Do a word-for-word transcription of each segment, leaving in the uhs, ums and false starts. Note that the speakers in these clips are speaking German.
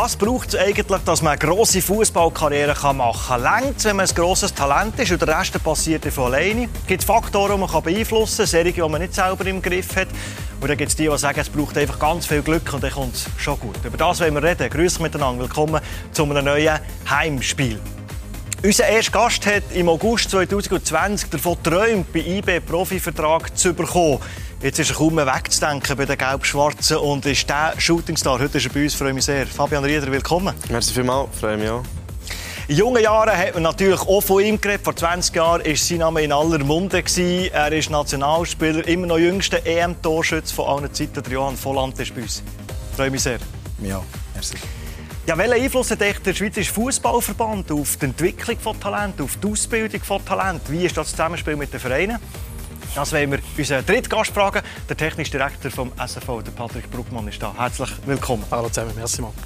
Was braucht es eigentlich, dass man eine grosse Fußballkarriere machen kann? Längt es, wenn man ein grosses Talent ist und der Rest passiert von alleine? Gibt es Faktoren, die man beeinflussen kann, solche, die man nicht selber im Griff hat? Und dann gibt es die, die sagen, es braucht einfach ganz viel Glück und dann kommt es schon gut. Über das wollen wir reden. Grüß miteinander. Willkommen zu einem neuen Heimspiel. Unser erster Gast hat im August zweitausendzwanzig davon geträumt, bei I B einen Profivertrag zu bekommen. Jetzt ist er kaum mehr wegzudenken bei den Gelb-Schwarzen und ist der Shootingstar. Heute ist er bei uns, freue mich sehr. Fabian Rieder, willkommen. Merci vielmals, freue mich auch. In jungen Jahren hat man natürlich auch von ihm geredet. Vor zwanzig Jahren war sein Name in aller Munde. Er ist Nationalspieler, immer noch jüngster E M-Torschütze von allen Zeiten. Der Johann Volland ist bei uns. Freue mich sehr. Ja, merci. Ja, welchen Einfluss hat der Schweizerische Fußballverband auf die Entwicklung von Talent, auf die Ausbildung von Talent? Wie ist das Zusammenspiel mit den Vereinen? Das wollen wir unseren dritten Gast fragen. Der technische Direktor vom S F V, der Patrick Bruckmann, ist da. Herzlich willkommen. Hallo zusammen, merci mal.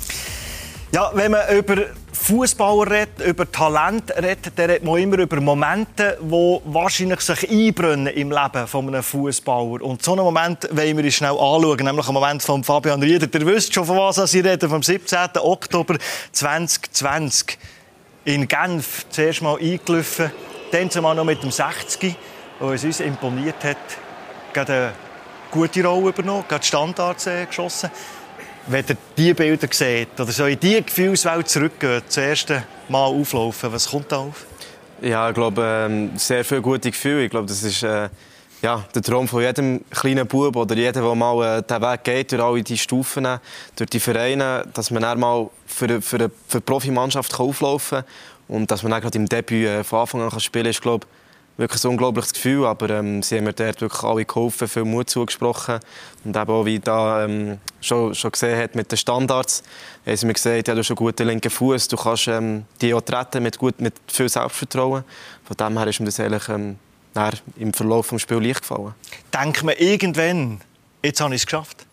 Ja, wenn man über Fußballer redet, über Talent redet, dann redet man immer über Momente, die wahrscheinlich sich einbrennen im Leben eines Fußballers. Und so einen Moment wollen wir uns schnell anschauen, nämlich den Moment von Fabian Rieder. Ihr wisst schon, von was ich rede, vom siebzehnten Oktober zweitausendzwanzig. In Genf zuerst mal eingelaufen, dann zumal noch mit dem sechzig, der uns imponiert hat. Gerade eine gute Rolle übernommen, gerade Standards geschossen. Wenn ihr diese Bilder seht oder so in diese Gefühlswelt zurückgeht, das erste Mal auflaufen, was kommt da auf? Ja, ich glaube, ähm, sehr viele gute Gefühle. Ich glaube, das ist äh, ja, der Traum von jedem kleinen Bub oder jedem, der mal äh, diesen Weg geht, durch alle diese Stufen, durch die Vereine, dass man dann mal für, für, eine, für eine Profimannschaft auflaufen kann und dass man dann gerade im Debüt äh, von Anfang an kann spielen kann, ist, glaube wirklich ein unglaubliches Gefühl, aber ähm, sie haben mir dort wirklich alle geholfen, viel Mut zugesprochen und eben auch, wie da ähm, schon, schon gesehen hat mit den Standards, haben sie mir gesagt, ja, du hast einen guten linken Fuß, du kannst ähm, die auch treten mit, gut, mit viel Selbstvertrauen. Von dem her ist mir das eigentlich ähm, im Verlauf des Spiels leicht gefallen. Denkt man irgendwann, jetzt habe ich es geschafft?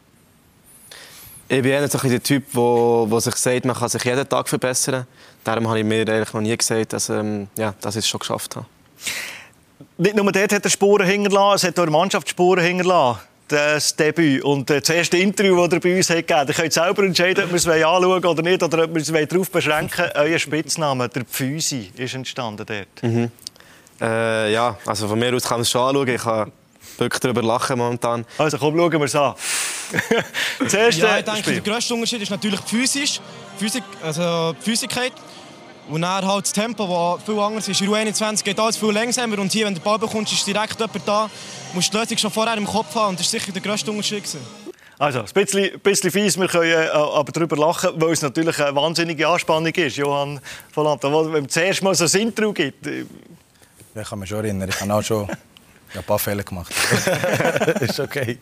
Ich bin eher so der Typ, der sich sagt, man kann sich jeden Tag verbessern. Darum habe ich mir eigentlich noch nie gesagt, dass, ähm, ja, dass ich es schon geschafft habe. Nicht nur dort hat er Spuren hinterlassen, es hat auch in der Mannschaft Spuren hinterlassen, das Debüt. Und das erste Interview, das er bei uns hat gegeben hat, ihr könnt selber entscheiden, ob wir es anschauen oder nicht, oder ob wir es darauf beschränken wollen. Euer Spitzname, der Pfüsi, ist entstanden dort. Mhm. Äh, ja, also von mir aus kann man es schon anschauen. Ich kann wirklich darüber lachen momentan. Also komm, schauen wir es an. Das erste ja, ich denke, Spiel. der grösste Unterschied ist natürlich physisch, Physik, also die Physikkeit. Und dann halt das Tempo, das viel anders ist. In U einundzwanzig geht alles viel langsamer. Und hier, wenn du den Ball bekommst, ist direkt jemand da. Du musst die Lösung schon vorher im Kopf haben. Und das war sicher der grösste Unterschied. Also, ein bisschen, ein bisschen fies, wir können äh, aber darüber lachen, weil es natürlich eine wahnsinnige Anspannung ist, Johann Volland. Wenn es zuerst mal so ein Intro gibt. Ich kann mich schon erinnern, ich habe auch schon ein paar Fehler gemacht. Ist okay.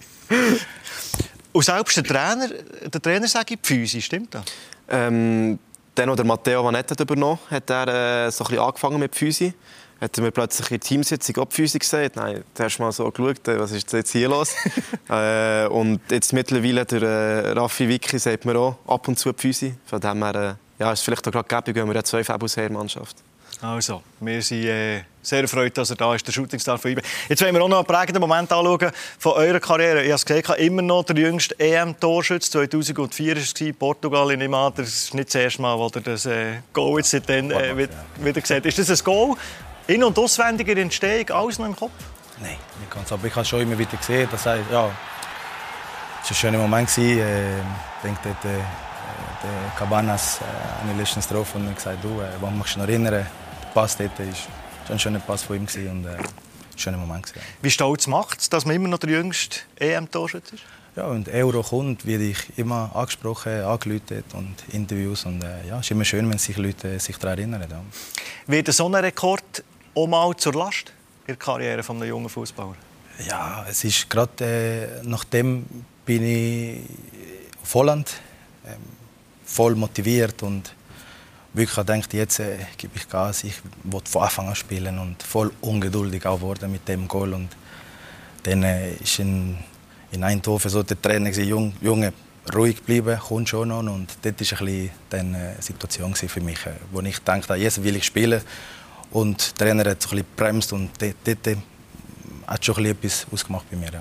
Und selbst der Trainer, der Trainer sagt Pfüsi, stimmt das? Ähm Dann, als der Matteo Vanetta übernommen hat, hat er äh, so ein bisschen angefangen mit Physi. Hat er mir plötzlich in der Teamsitzung auch Physi gesagt. Nein, du hast mal so geschaut, was ist jetzt hier los? äh, und jetzt mittlerweile der äh, Raffi Vicky sagt mir auch ab und zu Physi. Von dem her äh, ja, ist es vielleicht auch gerade gäbig, wenn wir ja zwei Fabus haben in der Mannschaft. Also, wir sind äh, sehr erfreut, dass er da ist, der Shootingstar von I B. Jetzt wollen wir auch noch einen prägenden Moment anschauen von eurer Karriere. Ich habe es gesagt, immer noch der jüngste E M-Torschütze. zweitausendvier war es, Portugal. Ich nehme an, das ist nicht das erste Mal, wo ihr das äh, Goal jetzt seitdem, äh, wieder, wieder gesehen. Ist das ein Goal? In- und auswendig in der Entstehung, alles noch im Kopf? Nein, nicht ganz. Aber ich habe schon immer wieder gesehen, dass er, ja, es war ein schöner Moment. Ich denke, dort, äh, der Cabanas äh, an der letzten Strophe und gesagt, du, äh, was machst du noch erinnern? Der Pass dort war schon ein schöner Pass von ihm und äh, ein schöner Moment. Ja. Wie stolz macht es, dass man immer noch der jüngste E M-Torschütze ist? Ja, und Euro kommt, werde ich immer angesprochen, angerufen und Interviews. Und, äh, ja, es ist immer schön, wenn sich Leute sich daran erinnern. Ja. Wird so ein Rekord auch mal zur Last in der Karriere eines jungen Fußballers? Ja, es ist gerade äh, nachdem bin ich auf Holland äh, voll motiviert und wirklich gedacht, jetzt äh, gebe ich Gas, ich will von Anfang an spielen und voll ungeduldig auch worden mit dem Goal. Und dann äh, ist in, in Eindhoven so der Trainer gesagt, Jung, Junge, ruhig bleiben, kommt schon noch. Und das war ein bisschen die Situation für mich, äh, wo ich dachte, jetzt will ich spielen. Und der Trainer hat so ein bisschen gebremst und dort, dort hat schon etwas ausgemacht bei mir. Ja.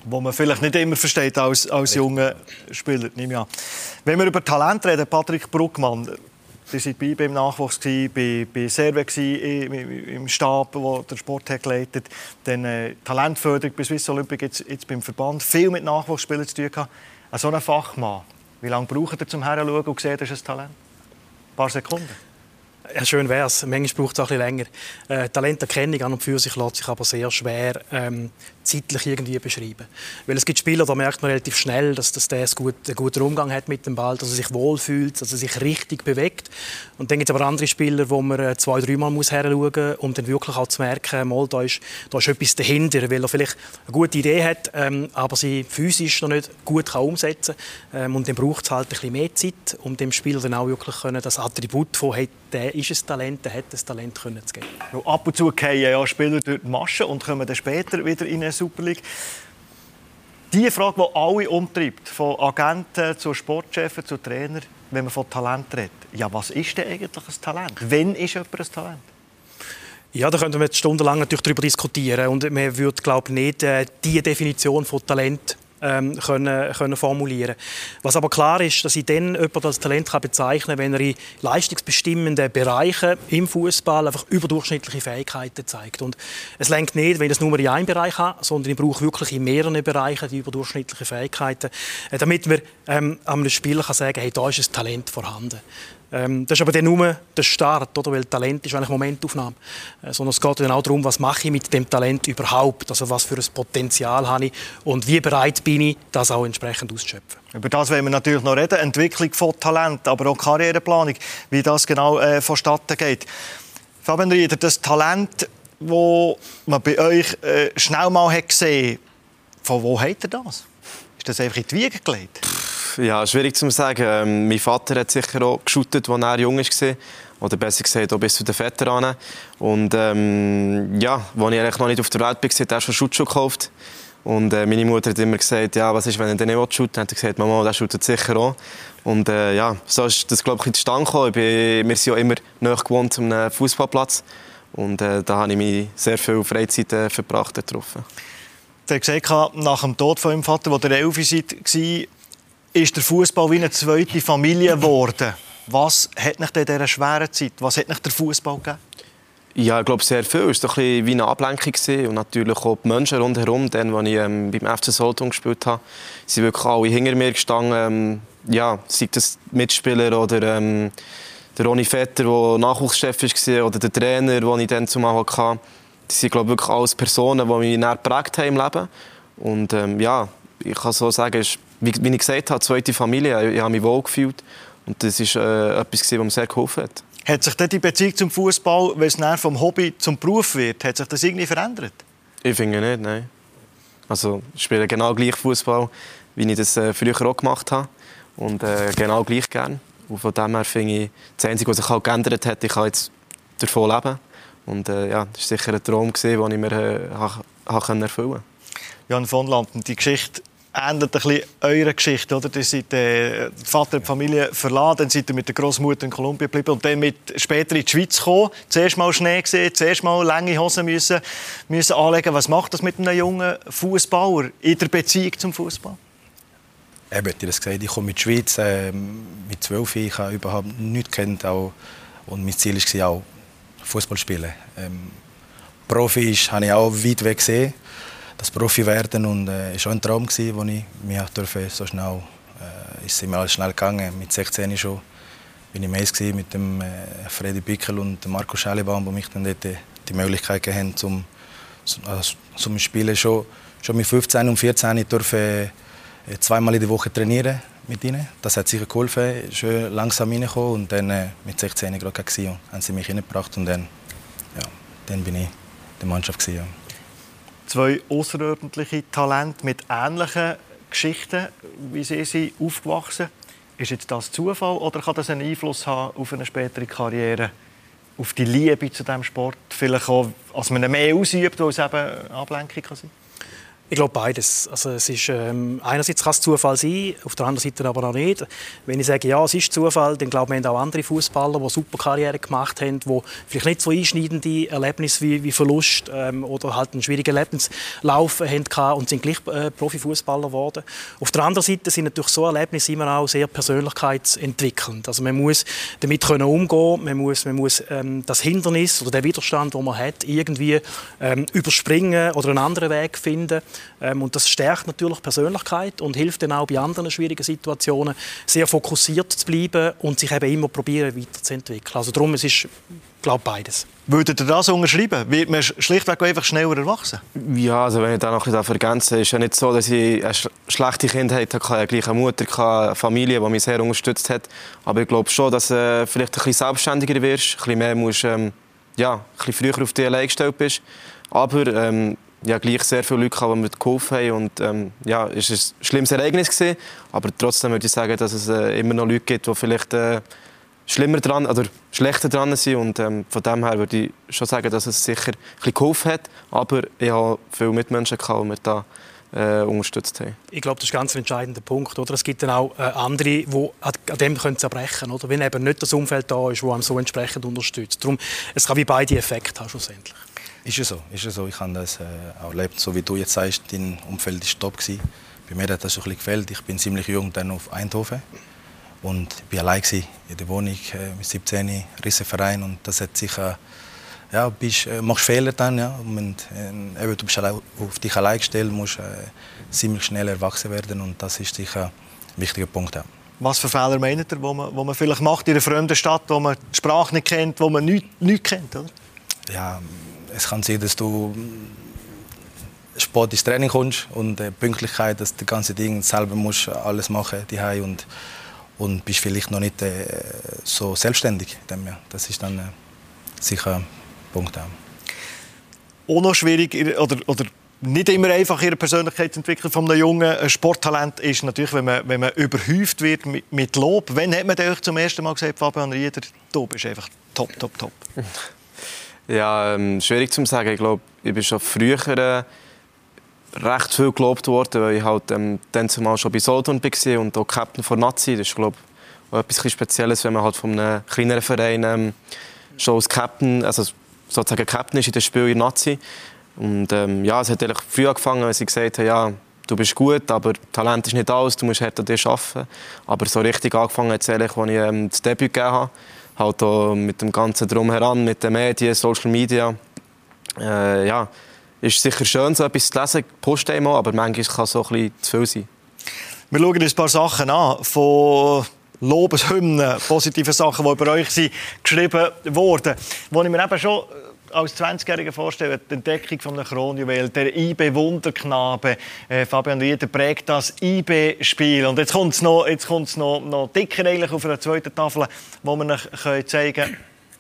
wo man vielleicht nicht immer versteht als, als junger Spieler. Nehme ich an. Wenn wir über Talent reden, Patrick Bruckmann, ihr seid bei beim Nachwuchs, bei, bei Serve im Stab, wo der Sport hat geleitet, dann äh, Talentförderung bis Swiss Olympic, jetzt, jetzt beim Verband, viel mit Nachwuchsspielern zu tun gehabt. Ein so ein Fachmann, wie lange braucht er zum Herschauen und sehen, das ist ein Talent? Ein paar Sekunden? Ja, schön wäre es. Manchmal braucht es auch ein bisschen länger. Äh, Talenterkennung an und für sich lässt sich aber sehr schwer ähm, zeitlich irgendwie beschreiben. Weil es gibt Spieler, da merkt man relativ schnell, dass, dass der einen guten, einen guten Umgang hat mit dem Ball, dass er sich wohlfühlt, dass er sich richtig bewegt. Und dann gibt es aber andere Spieler, wo man äh, zwei, dreimal hinschauen muss, um dann wirklich auch zu merken, mal, da, ist, da ist etwas dahinter, weil er vielleicht eine gute Idee hat, ähm, aber sie physisch noch nicht gut kann umsetzen kann. Ähm, und dann braucht es halt ein bisschen mehr Zeit, um dem Spieler dann auch wirklich können, das Attribut von hey, der ist ein Talent, der hat das Talent können zu geben. Ab und zu fallen ja Spieler durch die Maschen und kommen dann später wieder in eine Super League. Die Frage, die alle umtreibt, von Agenten zu Sportchefs zu Trainern, wenn man von Talent redet. Ja, was ist denn eigentlich ein Talent? Wann ist jemand ein Talent? Ja, da könnten wir jetzt stundenlang natürlich darüber diskutieren. Und man würde, glaube ich, nicht äh, die Definition von Talent ähm, können, können formulieren. Was aber klar ist, dass ich dann jemanden als Talent kann bezeichnen kann, wenn er in leistungsbestimmenden Bereichen im Fußball einfach überdurchschnittliche Fähigkeiten zeigt. Und es reicht nicht, wenn ich das nur in einem Bereich habe, sondern ich brauche wirklich in mehreren Bereichen die überdurchschnittlichen Fähigkeiten, äh, damit man ähm, einem Spieler kann sagen kann, hey, da ist ein Talent vorhanden. Ähm, das ist aber dann nur der Start, oder? Weil Talent ist eigentlich Momentaufnahme. Äh, sondern es geht dann auch darum, was mache ich mit dem Talent überhaupt? Also was für ein Potenzial habe ich und wie bereit bin ich, das auch entsprechend auszuschöpfen. Über das wollen wir natürlich noch reden. Entwicklung von Talent, aber auch Karriereplanung, wie das genau äh, vonstatten geht. Fabian Rieder, das Talent, das man bei euch äh, schnell mal hat gesehen, von wo hat er das? Ist das einfach in die Wiege gelegt? Ja, schwierig zu sagen. Ähm, mein Vater hat sicher auch geshootet, als er jung war. Oder besser gesagt, auch bis zu den Veteranen. Und ähm, ja, als ich eigentlich noch nicht auf der Welt war, hat er schon Schutzschuhe gekauft. Und äh, meine Mutter hat immer gesagt, ja, was ist, wenn er den nicht shooten will? Hat er gesagt, Mama, der shootet sicher auch. Und äh, ja, so ist das, glaube ich, zustande gekommen. Ich bin, wir sind ja immer nahe gewohnt am einem Fußballplatz. Und äh, da habe ich mich sehr viel Freizeit äh, verbracht getroffen. Du hast gesagt, nach dem Tod von eurem Vater, als ihr elf war, ist der Fußball wie eine zweite Familie geworden. Was hat euch in dieser schweren Zeit, was hat euch der Fußball gegeben? Ja, ich glaube sehr viel. Es war ein bisschen wie eine Ablenkung und natürlich auch die Menschen rundherum. Dann, als ich ähm, beim F C Solothurn gespielt habe, sind wirklich alle hinter mir gestanden. Ähm, ja, sei das Mitspieler oder ähm, der Ronny Vetter, der Nachwuchschef war, oder der Trainer, den ich dann zumal hatte. Das sind, glaube ich, wirklich alles Personen, die mich näher geprägt haben im Leben. Und ähm, ja, ich kann so sagen, es ist, wie, wie ich gesagt habe, zweite Familie. Ich habe mich wohl gefühlt. Und das ist äh, etwas, was mir sehr geholfen hat. Hat sich die Beziehung zum Fußball, wenn es dann vom Hobby zum Beruf wird, hat sich das irgendwie verändert? Ich finde nicht, nein. Also, ich spiele genau gleich Fußball, wie ich das äh, früher auch gemacht habe. Und äh, genau gleich gern. Und von dem her finde ich, das Einzige, was sich halt geändert hat, ich kann jetzt davon leben. Und äh, ja, das war sicher ein Traum, den ich mir äh, ha, ha erfüllen konnte. Jan von Lampen, die Geschichte ändert ein bisschen eure Geschichte, oder? Ihr seid äh, Vater und die Familie verlassen, dann seid ihr mit der Großmutter in Kolumbien geblieben und dann mit später in die Schweiz gekommen. Zuerst mal Schnee gesehen, zuerst mal lange Hosen müssen, müssen anlegen. Was macht das mit einem jungen Fußballer in der Beziehung zum Fußball? Ich habe das gesagt, ich komme mit der Schweiz äh, mit zwölf, ich habe überhaupt nichts gekannt, auch, und mein Ziel war auch Fußball spielen. Ähm, Profi ist, habe ich auch weit weg gesehen. Das Profi werden und es äh, war auch ein Traum, wo ich mich auch so schnell äh, ist mir alles schnell gegangen. Mit sechzehn schon bin ich Mess mit dem äh, Freddy Bickel und dem Marco Schellebaum, wo mich dann dort die Möglichkeit gegeben haben zum also, zum Spielen. Schon, schon mit fünfzehn und vierzehn ich durfte äh, zweimal in der Woche trainieren mit ihnen. Das hat sicher geholfen, schön langsam reinkommen und dann äh, mit sechzehn gerade gewesen, haben sie mich reingebracht und dann, ja, dann bin ich in der Mannschaft gewesen, ja. Zwei außerordentliche Talente mit ähnlichen Geschichten, wie sie sind aufgewachsen. Ist jetzt das Zufall oder kann das einen Einfluss haben auf eine spätere Karriere, auf die Liebe zu diesem Sport? Vielleicht auch, als man ihn mehr ausübt, weil es eben eine Ablenkung kann sein? Ich glaube beides. Also es ist, ähm, einerseits kann es Zufall sein, auf der anderen Seite aber auch nicht. Wenn ich sage, ja, es ist Zufall, dann glaube ich, wir haben auch andere Fußballer, die super Karriere gemacht haben, die vielleicht nicht so einschneidende Erlebnisse wie, wie Verlust ähm, oder halt einen schwierigen Lebenslauf hatten und sind gleich äh, Profifußballer geworden. Auf der anderen Seite sind natürlich so Erlebnisse immer auch sehr persönlichkeitsentwickelnd. Also man muss damit können umgehen, man muss, man muss ähm, das Hindernis oder den Widerstand, den man hat, irgendwie ähm, überspringen oder einen anderen Weg finden. Ähm, und das stärkt natürlich Persönlichkeit und hilft dann auch bei anderen schwierigen Situationen sehr fokussiert zu bleiben und sich eben immer probieren weiterzuentwickeln. Also darum, es ist, glaube ich, beides. Würdet ihr das unterschreiben? Wird man schlichtweg einfach schneller erwachsen? Ja, also wenn ich da noch ein bisschen ergänze, ist ja nicht so, dass ich eine schlechte Kindheit hatte, eine gleiche Mutter, eine Familie, die mich sehr unterstützt hat. Aber ich glaube schon, dass du äh, vielleicht ein bisschen selbstständiger wirst, ein bisschen mehr musst, ähm, ja, ein bisschen früher auf dich allein gestellt bist. Aber ähm, ja, gleich sehr viele Leute, die mir geholfen haben. Und, ähm, ja, es war ein schlimmes Ereignis gewesen, aber trotzdem würde ich sagen, dass es äh, immer noch Leute gibt, die vielleicht äh, schlimmer dran oder schlechter dran sind. Und ähm, von dem her würde ich schon sagen, dass es sicher ein bisschen geholfen hat. Aber ich habe viele Mitmenschen gehabt, die mich da äh, unterstützt haben. Ich glaube, das ist ein ganz entscheidender Punkt. Oder? Es gibt dann auch äh, andere, die an, an dem können zerbrechen können. Wenn eben nicht das Umfeld da ist, das einem so entsprechend unterstützt. Darum, es kann wie beide Effekte haben schlussendlich. Ist es so, ist es so. Ich habe das äh, auch erlebt, so wie du jetzt sagst, dein Umfeld ist top gewesen. Bei mir hat das schon ein bisschen gefällt. Ich bin ziemlich jung dann auf Eindhoven und ich war allein in der Wohnung äh, mit siebzehn, Rissenverein und das hat sicher, ja, bist, äh, machst Fehler dann, ja, und äh, eben, du bist allein, auf dich allein gestellt, musst äh, ziemlich schnell erwachsen werden und das ist sicher ein wichtiger Punkt. Ja. Was für Fehler meint ihr, wo man, wo man vielleicht macht in einer fremden Stadt, wo man die Sprache nicht kennt, wo man nichts, nichts kennt, oder? Ja, es kann sein, dass du Sport ins Training kommst und äh, Pünktlichkeit, dass das ganze Ding selber musst alles machen daheim und und bist vielleicht noch nicht äh, so selbstständig. Das ist dann äh, sicher ein Punkt. Auch noch schwierig oder, oder nicht immer einfach in der Persönlichkeitsentwicklung von einem jungen Sporttalent ist natürlich, wenn man, wenn man überhäuft wird mit, mit Lob. Wann hat man euch zum ersten Mal gesagt, Fabian Rieder, du bist einfach top, top, top? Ja, ähm, schwierig zu sagen. Ich glaube, ich bin schon früher äh, recht viel gelobt worden, weil ich halt ähm, dann zumal schon bei Solothurn war und auch Captain von Nazi. Das ist, glaube ich, auch etwas Spezielles, wenn man halt von einem kleineren Verein ähm, schon als Captain, also sozusagen Captain ist in dem Spiel in Nazi. Und ähm, ja, es hat eigentlich früh angefangen, als sie gesagt haben, ja, du bist gut, aber Talent ist nicht alles, du musst hart an dir arbeiten. Aber so richtig angefangen hat es eigentlich, als ich ähm, das Debüt gegeben habe. Halt auch mit dem ganzen Drumheran, mit den Medien, Social Media. Äh, ja, ist sicher schön, so etwas zu lesen, Post einmal, aber manchmal kann es so ein bisschen zu viel sein. Wir schauen uns ein paar Sachen an, von Lobeshymnen, positive Sachen, die über euch sind, geschrieben wurden. Wo ich mir eben schon als zwanzigjähriger vorstelle, die Entdeckung von einem Kronjuwel, der I B-Wunderknabe, äh, Fabian Rieder prägt das I B-Spiel. Und jetzt kommt es noch, jetzt kommt's noch, noch dicker eigentlich auf einer zweiten Tafel, wo wir euch zeigen können.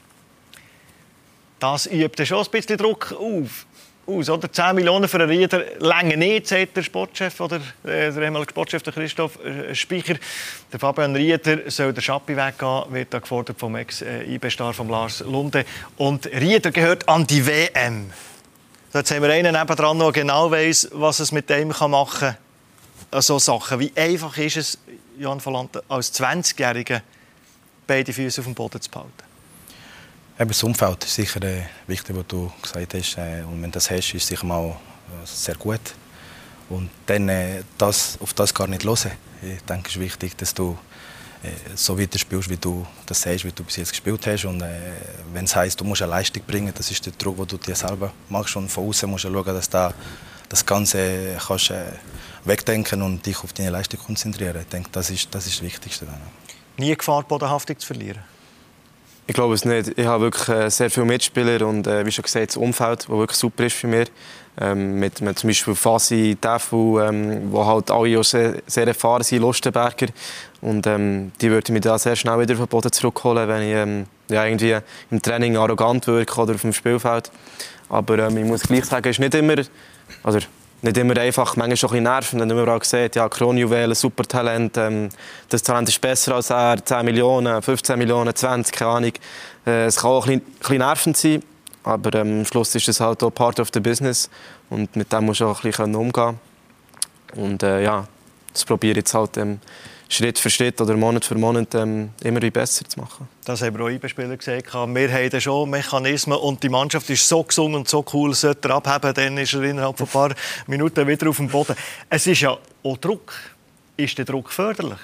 Das übt schon ein bisschen Druck auf. Aus, oder? zehn Millionen für einen Rieder länger nicht, sagt der Sportchef oder äh, der ehemalige Sportchef der Christoph äh, Speicher. Der Fabian Rieder soll der Schappi weggehen, wird da gefordert vom Ex-I B-Star von Lars Lunde. Und Rieder gehört an die W M. So, jetzt haben wir einen nebendran, der genau weiss, was es mit dem machen kann. So Sachen. Wie einfach ist es, Jan Volante, als zwanzigjähriger beide Füße auf dem Boden zu behalten? Eben das Umfeld ist sicher äh, wichtig, was du gesagt hast. Äh, und wenn du das hast, ist es sicher mal äh, sehr gut. Und dann äh, das, auf das gar nicht hören. Ich denke, es ist wichtig, dass du äh, so weiter spielst, wie du das sagst, wie du bis jetzt gespielt hast. Und äh, wenn es heisst, du musst eine Leistung bringen, das ist der Druck, den du dir selber machst. Und von außen musst du schauen, dass du das Ganze äh, kannst, äh, wegdenken und dich auf deine Leistung konzentrieren. Ich denke, das ist das, ist das Wichtigste. Dann. Nie Gefahr, Bodenhaftung zu verlieren? Ich glaube es nicht. Ich habe wirklich äh, sehr viele Mitspieler und äh, wie schon gesagt, das Umfeld, das wirklich super ist für mich. Ähm, mit, mit zum Beispiel Fasi, Tefu, ähm, wo halt alle auch sehr, sehr erfahren sind, Lustenberger. Und ähm, die würden mich da sehr schnell wieder auf den Boden zurückholen, wenn ich ähm, ja, irgendwie im Training arrogant wirke oder auf dem Spielfeld. Aber ähm, ich muss gleich sagen, es ist nicht immer, also nicht immer einfach, manchmal schon ein bisschen nervend, wenn man überall sieht, ja, Kronjuwel, super Talent, ähm, das Talent ist besser als er, zehn Millionen, fünfzehn Millionen, zwanzig, keine Ahnung. Äh, es kann auch ein bisschen, ein bisschen nervend sein, aber ähm, am Schluss ist es halt auch part of the business und mit dem musst du auch ein bisschen umgehen. Und äh, ja, das probiere ich jetzt halt ähm, Schritt für Schritt oder Monat für Monat ähm, immer wie besser zu machen. Das haben wir auch I B-Spieler gesagt. Wir haben schon Mechanismen und die Mannschaft ist so gesund und so cool, sollte er abheben, dann ist er innerhalb von ein paar Minuten wieder auf dem Boden. Es ist ja auch Druck. Ist der Druck förderlich?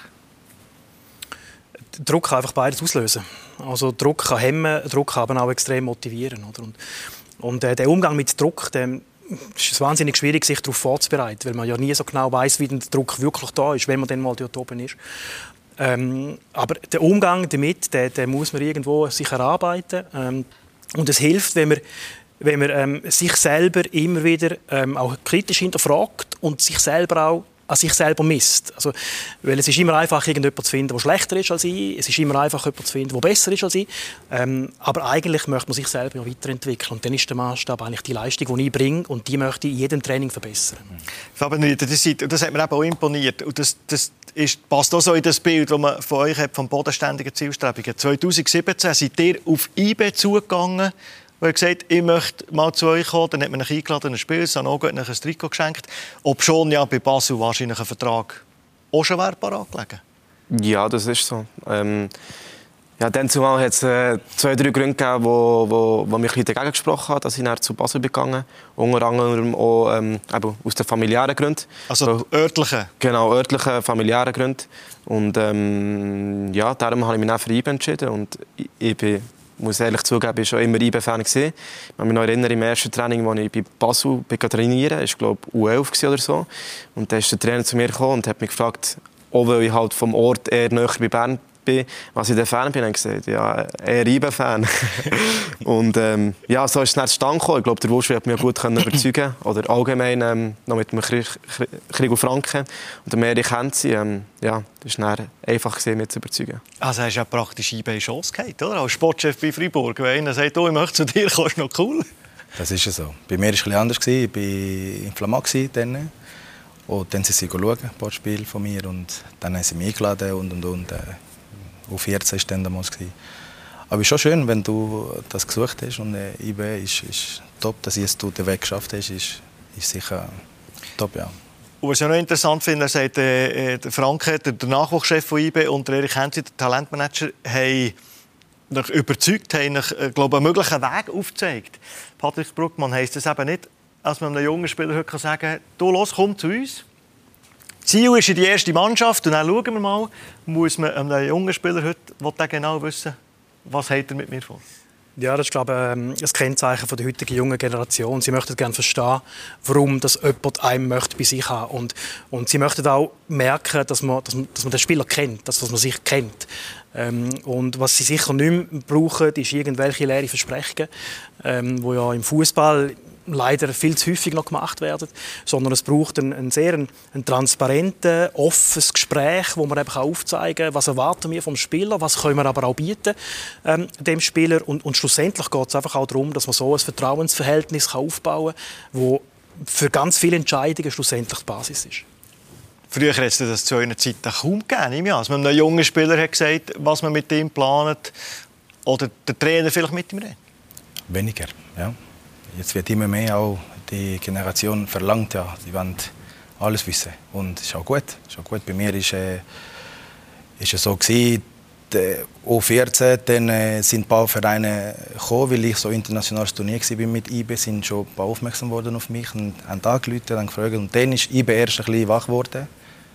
Druck kann einfach beides auslösen. Also Druck kann hemmen, Druck kann aber auch extrem motivieren. Oder? Und, und äh, der Umgang mit Druck, der, es ist wahnsinnig schwierig, sich darauf vorzubereiten, weil man ja nie so genau weiß, wie der Druck wirklich da ist, wenn man dann mal dort oben ist. Ähm, aber der Umgang damit, den, den muss man irgendwo sich erarbeiten. Ähm, und es hilft, wenn man, wenn man ähm, sich selber immer wieder ähm, auch kritisch hinterfragt und sich selber auch an sich selber misst. Also, weil es ist immer einfach, irgendjemanden zu finden, der schlechter ist als ich. Es ist immer einfach, jemanden zu finden, der besser ist als ich. Ähm, aber eigentlich möchte man sich selber ja weiterentwickeln. Und dann ist der Maßstab eigentlich die Leistung, die ich bringe. Und die möchte ich in jedem Training verbessern. Fabian, das, das hat mir eben auch imponiert. Und das, das ist, passt auch so in das Bild, das man von euch hat, vom bodenständigen Zielstrebungen. zwanzig siebzehn seid ihr auf I B zugegangen. Er hat gesagt, ich möchte mal zu euch kommen. Dann hat man euch eingeladen, ein Spiel, Sanogo hat euch ein Trikot geschenkt. Ob schon ja bei Basel wahrscheinlich ein Vertrag auch schon parat gelegen? Ja, das ist so. Ähm, ja, dann zumal hat es äh, zwei, drei Gründe gegeben, wo, wo, wo mich ein bisschen dagegen gesprochen haben, dass ich zu Basel gegangen bin. Unter anderem auch ähm, aus den familiären Gründen. Also so, örtlichen? Genau, örtlichen, familiären Gründen. Und ähm, ja, darum habe ich mich dann für I B entschieden. Und ich, ich bin Ich muss ehrlich zugeben, ich war schon immer I B-Fan. Ich kann mich noch erinnern, im ersten Training, als ich bei Basel trainieren war, war es U elf oder so. Und dann ist der Trainer zu mir gekommen und hat mich gefragt, auch weil ich halt vom Ort eher näher bei Bern bin, was ich der Fan bin. Und ich habe gesagt, ja, eher I B-Fan. Und ähm, ja, so ist es dann zustande gekommen. Ich glaube, der Wusch hat mich gut überzeugen oder allgemein ähm, noch mit dem Krigo Franken. Und der Meri kennt sie. Ähm, ja, das war einfach, mich zu überzeugen. Also hast du ja praktisch I B in Chance gehabt, oder? Als Sportchef bei Freiburg. Wenn einer sagt, oh, ich möchte zu dir, ist noch cool. Das ist ja so. Bei mir war es etwas anders. Ich war in Flamatt dann. Und dann sind sie schauen, ein paar Spiele von mir. Und dann haben sie mich eingeladen und, und, und. U vierzehn war dann damals. Aber es ist schon schön, wenn du das gesucht hast. Und äh, I B ist, ist top, dass du den Weg geschafft hast, ist, ist sicher top, ja. Und was ich noch interessant finde, er sagt, äh, der Franke, der, der Nachwuchschef von I B und der Erich Hänzi, der Talentmanager, haben dich überzeugt, haben dich, äh, glaube, einen möglichen Weg aufgezeigt. Patrick Bruckmann heisst das eben nicht, als man einem jungen Spieler heute sagen kann, du, los, komm zu uns. Ziel ist in die erste Mannschaft und dann schauen wir mal, muss man einem jungen Spieler heute genau wissen, was hat er mit mir vor? Ja, das ist, glaube ich, ein Kennzeichen der heutigen jungen Generation. Sie möchten gerne verstehen, warum das jemand einem möchte bei sich haben. Und, und sie möchten auch merken, dass man, dass man, dass man den Spieler kennt, dass, dass man sich kennt. Ähm, und was sie sicher nicht mehr brauchen, ist irgendwelche leere Versprechen, ähm, wo ja im Fußball leider viel zu häufig noch gemacht werden, sondern es braucht ein, ein sehr ein, ein transparentes, offenes Gespräch, wo man eben aufzeigen kann, was erwarten wir vom Spieler, was können wir aber auch bieten ähm, dem Spieler und, und schlussendlich geht es einfach auch darum, dass man so ein Vertrauensverhältnis kann aufbauen kann, das für ganz viele Entscheidungen schlussendlich die Basis ist. Früher hat es das zu einer Zeit kaum gegeben, als man einem jungen Spieler hat gesagt, was man mit ihm plant, oder der Trainer vielleicht mit ihm redet. Weniger, ja. Jetzt wird immer mehr auch die Generation verlangt, ja, sie wollen alles wissen und das ist auch gut. Ist auch gut. Bei mir ist, äh, ist es so gewesen, U vierzehn, dann äh, sind ein paar Vereine gekommen, weil ich so internationales Turnier war mit I B, sind schon ein paar aufmerksam worden auf mich und haben angerufen und gefragt und dann ist I B erst ein bisschen wach geworden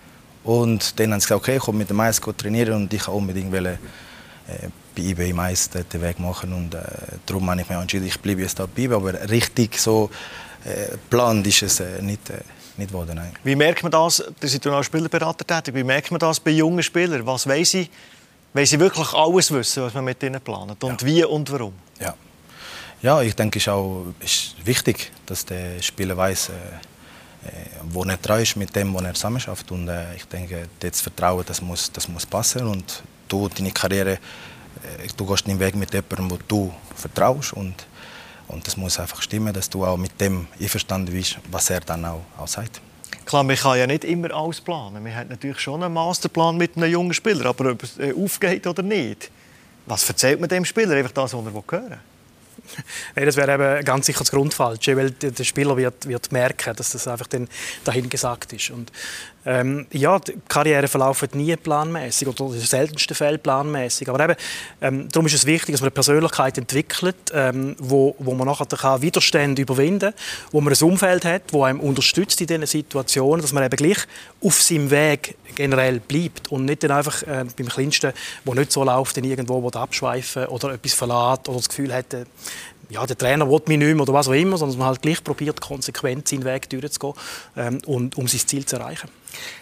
und dann haben sie gesagt, okay, ich komme mit dem Mais trainieren und ich unbedingt wollte, äh, bei I B im Mais den Weg machen und äh, darum habe ich mich entschieden, ich bleibe jetzt da bei I B, aber richtig so äh, geplant ist es äh, nicht, äh, nicht geworden. Nein. Wie merkt man das, ihr seid als Spielerberater tätig, wie merkt man das bei jungen Spielern? Was wollen sie, wollen sie wirklich alles wissen, was man mit ihnen plant und ja. Wie und warum? Ja, ja ich denke, es ist auch ist wichtig, dass der Spieler weiss, äh, äh, wo er dran ist mit dem, wo er zusammenarbeitet und äh, ich denke, das Vertrauen, das muss, das muss passen und du, deine Karriere, du gehst den Weg mit jemandem, wo du vertraust und, und das muss einfach stimmen, dass du auch mit dem einverstanden bist, was er dann auch, auch sagt. Klar, man kann ja nicht immer alles planen. Man hat natürlich schon einen Masterplan mit einem jungen Spieler, aber ob es aufgeht oder nicht, was erzählt man dem Spieler? Einfach das, was er hören will? Nein, das wäre eben ganz sicher das Grundfalsche, weil der Spieler wird, wird merken, dass das einfach dann dahin gesagt ist. Und, ähm, ja, die Karriere verläuft nie planmäßig oder in den seltensten Fällen planmäßig. Aber eben, ähm, darum ist es wichtig, dass man eine Persönlichkeit entwickelt, ähm, wo, wo man nachher kann Widerstände überwinden kann, wo man ein Umfeld hat, das einem unterstützt in diesen Situationen, dass man eben gleich auf seinem Weg generell bleibt und nicht dann einfach äh, beim Kleinsten, der nicht so läuft, dann irgendwo abschweifen oder etwas verlässt oder das Gefühl hat, äh, ja, der Trainer will mich nicht mehr oder was auch immer, sondern dass man halt gleich probiert, konsequent seinen Weg durchzugehen, ähm, und, um sein Ziel zu erreichen.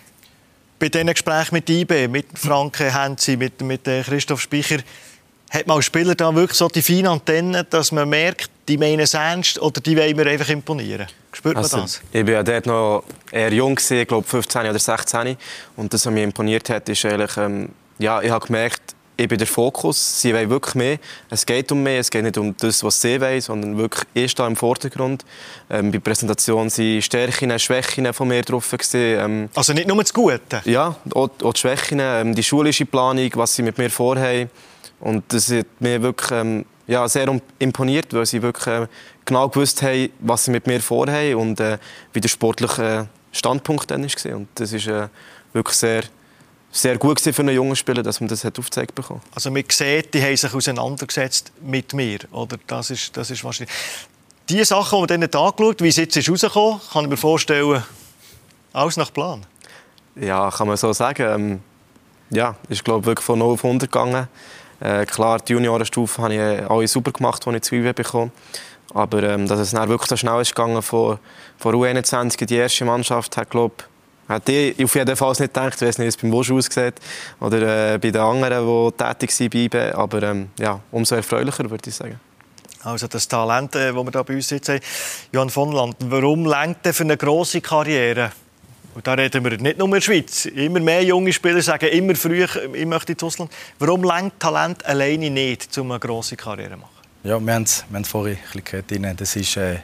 Bei diesen Gesprächen mit I B, mit Franke Henzi, mit, mit Christoph Speicher, hat man als Spieler da wirklich so die feinen Antennen, dass man merkt, die meinen es ernst oder die wollen mir einfach imponieren? Spürt man also, das? Ich war ja dort noch eher jung, ich glaube fünfzehn oder sechzehn. Und das, was mich imponiert hat, ist eigentlich, ähm, ja, ich habe gemerkt, ich bin der Fokus. Sie wollen wirklich mehr. Es geht um mehr. Es geht nicht um das, was sie wollen, sondern wirklich, ich stehe im Vordergrund. Ähm, bei der Präsentation waren Stärken, Schwächen von mir drauf. Ähm, also nicht nur das Gute? Ja, auch, auch die Schwächen, ähm, die schulische Planung, was sie mit mir vorhaben. Und das hat mir wirklich ähm, ja, sehr imponiert, weil sie wirklich äh, genau gewusst haben, was sie mit mir vorhaben und äh, wie der sportliche Standpunkt dann war. Und das ist äh, wirklich sehr sehr gut für einen jungen Spieler, dass man das aufgezeigt bekommen. Also man sieht, die haben sich auseinandergesetzt mit mir, oder? Das ist, das ist wahrscheinlich... Die Sachen, die man dann angeschaut, wie es jetzt ist rausgekommen, kann ich mir vorstellen, alles nach Plan. Ja, kann man so sagen. Ähm, ja, ist glaube wirklich von null auf hundert gegangen. Äh, klar, die Juniorenstufe habe ich alle super gemacht, als ich zwei bekommen. Aber ähm, dass es dann wirklich so schnell ist gegangen von, von U einundzwanzig in die erste Mannschaft, hat glaube Hätte ich auf jeden Fall nicht gedacht, ich weiß nicht, wie es beim Wusch aussieht oder äh, bei den anderen, die tätig waren bei I B. Aber ähm, ja, umso erfreulicher, würde ich sagen. Also das Talent, das wir hier bei uns jetzt haben. Johann von Landen, warum reicht denn für eine grosse Karriere? Und da reden wir nicht nur in der Schweiz. Immer mehr junge Spieler sagen immer früher, ich möchte ins Ausland. Warum reicht Talent alleine nicht, um eine grosse Karriere zu machen? Ja, wir haben es vorhin ein bisschen gehört. Das ist... Äh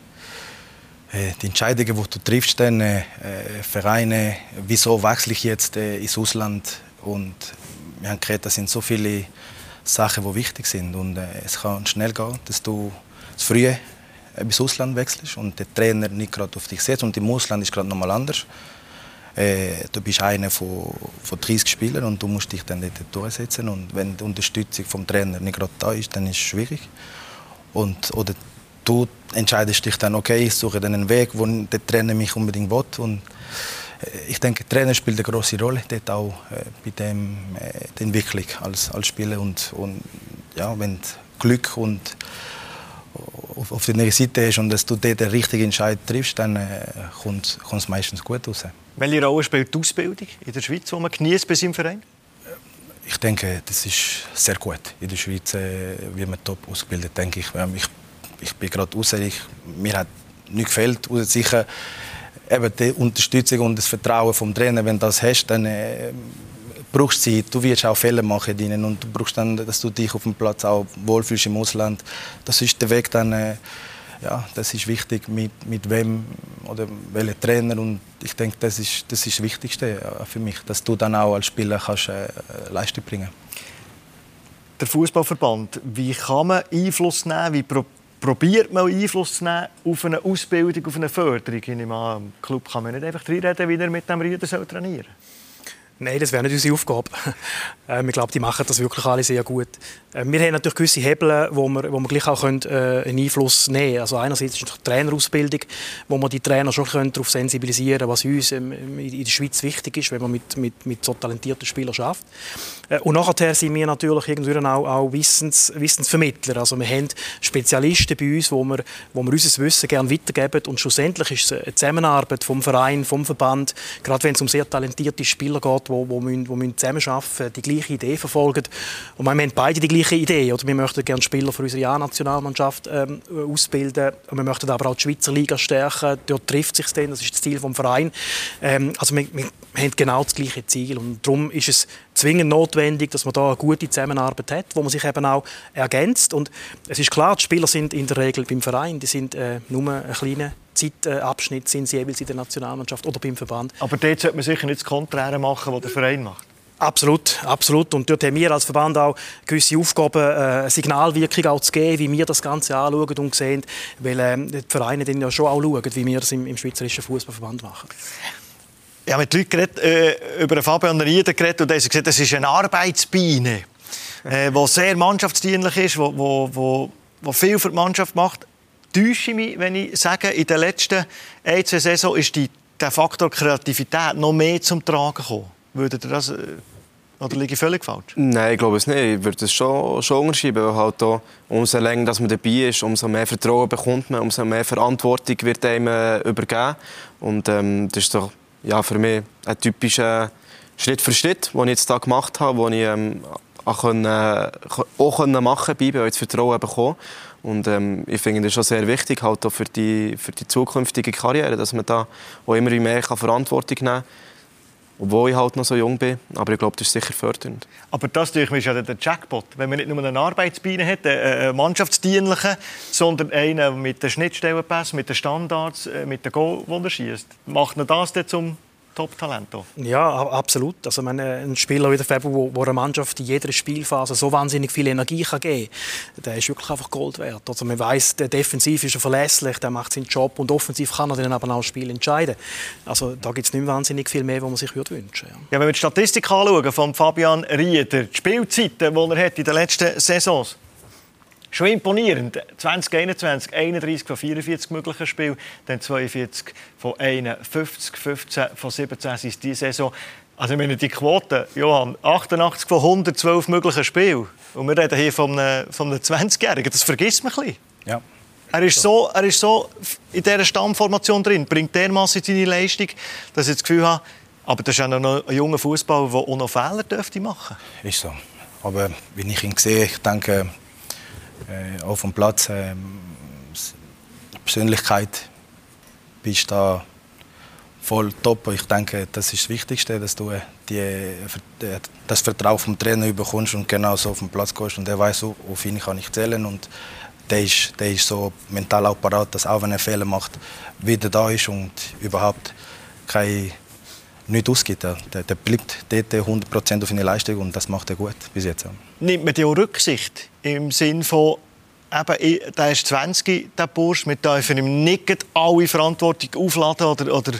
Die Entscheidungen, die du triffst, dann, äh, Vereine, wieso wechsle ich jetzt äh, ins Ausland? Und wir haben gehört, das sind so viele Sachen, die wichtig sind. Und äh, es kann schnell gehen, dass du zu früh äh, ins Ausland wechselst und der Trainer nicht gerade auf dich setzt. Und im Ausland ist es gerade noch mal anders. Äh, du bist einer von, von dreißig Spielern und du musst dich dann dort durchsetzen. Und wenn die Unterstützung vom Trainer nicht gerade da ist, dann ist es schwierig. Und, oder du entscheidest dich dann, okay, ich suche dann einen Weg, wo der Trainer mich unbedingt will. Und ich denke, der Trainer spielt eine große Rolle dort auch äh, bei dem, äh, der Entwicklung als, als Spieler. Und, und ja, wenn du Glück und auf, auf deiner Seite hast und dass du dort den richtigen Entscheid triffst, dann äh, kommt es meistens gut raus. Welche Rolle spielt die Ausbildung in der Schweiz, die man genießt bei seinem Verein? Ich denke, das ist sehr gut. In der Schweiz äh, wird man top ausgebildet, denke ich. ich Ich bin gerade raus, ich, mir hat nichts gefällt. Sicher eben die Unterstützung und das Vertrauen vom Trainer, wenn du das hast, dann äh, brauchst du Zeit. Du wirst auch Fehler machen drinnen und du brauchst dann, dass du dich auf dem Platz auch wohlfühlst im Ausland. Das ist der Weg dann, äh, ja, das ist wichtig, mit, mit wem oder welcher Trainer. Und ich denke, das ist das, ist das Wichtigste äh, für mich, dass du dann auch als Spieler kannst, äh, Leistung bringen. Der Fußballverband, wie kann man Einfluss nehmen? Wie pro Probiert man Einfluss zu nehmen auf eine Ausbildung, auf eine Förderung? Ich nehme an, im Club kann man nicht einfach reinreden, wie er mit dem Rieder trainieren soll. Nein, das wäre nicht unsere Aufgabe. ähm, ich glaube, die machen das wirklich alle sehr gut. Ähm, wir haben natürlich gewisse Hebel, wo wir, wo wir gleich auch können, äh, einen Einfluss nehmen können. Also einerseits ist die Trainerausbildung, wo wir die Trainer schon können darauf sensibilisieren können, was uns ähm, in der Schweiz wichtig ist, wenn man mit, mit, mit so talentierten Spielern schafft. Äh, und nachher sind wir natürlich irgendwie auch, auch Wissens, Wissensvermittler. Also wir haben Spezialisten bei uns, wo wir, wo wir unser Wissen gerne weitergeben. Und schlussendlich ist es eine Zusammenarbeit vom Verein, vom Verband, gerade wenn es um sehr talentierte Spieler geht, die, die, müssen, die müssen zusammenarbeiten, die gleiche Idee verfolgen. Und wir haben beide die gleiche Idee. Oder wir möchten gerne Spieler für unsere A-Nationalmannschaft ähm, ausbilden. Und wir möchten aber auch die Schweizer Liga stärken. Dort trifft es sich dann. Das ist das Ziel des Vereins. Ähm, also wir, wir haben genau das gleiche Ziel. Und darum ist es zwingend notwendig, dass man da eine gute Zusammenarbeit hat, wo man sich eben auch ergänzt. Und es ist klar, die Spieler sind in der Regel beim Verein. Die sind äh, nur ein kleiner Zeitabschnitt sind sie jeweils in der Nationalmannschaft oder beim Verband. Aber dort sollte man sicher nicht das Konträre machen, was der Verein macht. Absolut, absolut. Und dort haben wir als Verband auch gewisse Aufgaben, äh, eine Signalwirkung auch zu geben, wie wir das Ganze anschauen und sehen, weil äh, die Vereine dann ja schon auch schauen, wie wir das im, im Schweizerischen Fußballverband machen. Ich habe mit Leuten geredet, äh, über Fabian Rieder geredet und haben gesagt, das ist eine Arbeitsbiene, äh, die sehr mannschaftsdienlich ist, die wo, wo, wo, wo viel für die Mannschaft macht. Täusche ich mich, wenn ich sage, in den letzten ein, zwei Saison ist die, der Faktor Kreativität noch mehr zum Tragen gekommen. Würdet ihr das, äh, oder liege ich völlig falsch? Nein, ich glaube es nicht. Ich würde es schon, schon unterschreiben, weil halt auch, umso länger dass man dabei ist, umso mehr Vertrauen bekommt man, umso mehr Verantwortung wird einem äh, übergeben. Und ähm, das ist doch ja, für mich ein typischer Schritt für Schritt, den ich jetzt da gemacht habe, den ich ähm, auch, können, äh, auch machen konnte, weil ich das Vertrauen bekommen. Und ähm, ich finde das schon sehr wichtig, halt auch für die, für die zukünftige Karriere, dass man da auch immer mehr kann Verantwortung nehmen kann. Obwohl ich halt noch so jung bin. Aber ich glaube, das ist sicher fördernd. Aber das ist ja der Jackpot. Wenn man nicht nur eine Arbeitsbiene hat, einen Mannschaftsdienlichen, sondern einen mit den Schnittstellenpässen, mit den Standards, mit den Goal, die er schießt. Macht man das dann zum Top-Talent? Ja, absolut. Also, meine, ein Spieler wie der Fabio, wo, wo eine Mannschaft in jeder Spielphase so wahnsinnig viel Energie kann geben kann, der ist wirklich einfach Gold wert. Also, man weiss, der defensiv ist er verlässlich, der macht seinen Job und offensiv kann er dann aber auch das Spiel entscheiden. Also, da gibt es nicht wahnsinnig viel mehr, was man sich wünschen würde. Ja. Ja, wenn wir die Statistik anschauen von Fabian Rieder, die Spielzeiten, die er hat in den letzten Saisons, schon imponierend. zwanzig einundzwanzig, einunddreißig von vierundvierzig möglichen Spielen, dann zweiundvierzig von einundfünfzig, fünfzehn von siebzehn sind diese Saison. Also ich meine, die Quote, Johann, achtundachtzig von hundertzwölf möglichen Spielen. Und wir reden hier von einem, von einem zwanzigjährigen, das vergisst man ein bisschen. Ja. Er ist, so, er ist so in dieser Stammformation drin, bringt dermassen seine Leistung, dass ich das Gefühl habe, aber das ist ja noch ein junger Fußballer, der auch noch Fehler dürfte machen. Ist so. Aber wenn ich ihn sehe, ich denke, Äh, auf dem Platz, äh, Persönlichkeit, bist da voll top. Ich denke, das ist das Wichtigste, dass du die, das Vertrauen vom Trainer bekommst und genau so auf den Platz gehst. Und er weiß, auf ihn kann ich zählen. Und der ist, der ist so mental auch parat, dass auch wenn er Fehler macht, wieder da ist und überhaupt kein nichts ausgibt. Der, der bleibt dort hundert Prozent auf seine Leistung und das macht er gut bis jetzt. Nimmt man die auch Rücksicht im Sinne von, eben, der ist zwanzig, der Bursch, wir dürfen ihm nicht alle Verantwortung aufladen oder, oder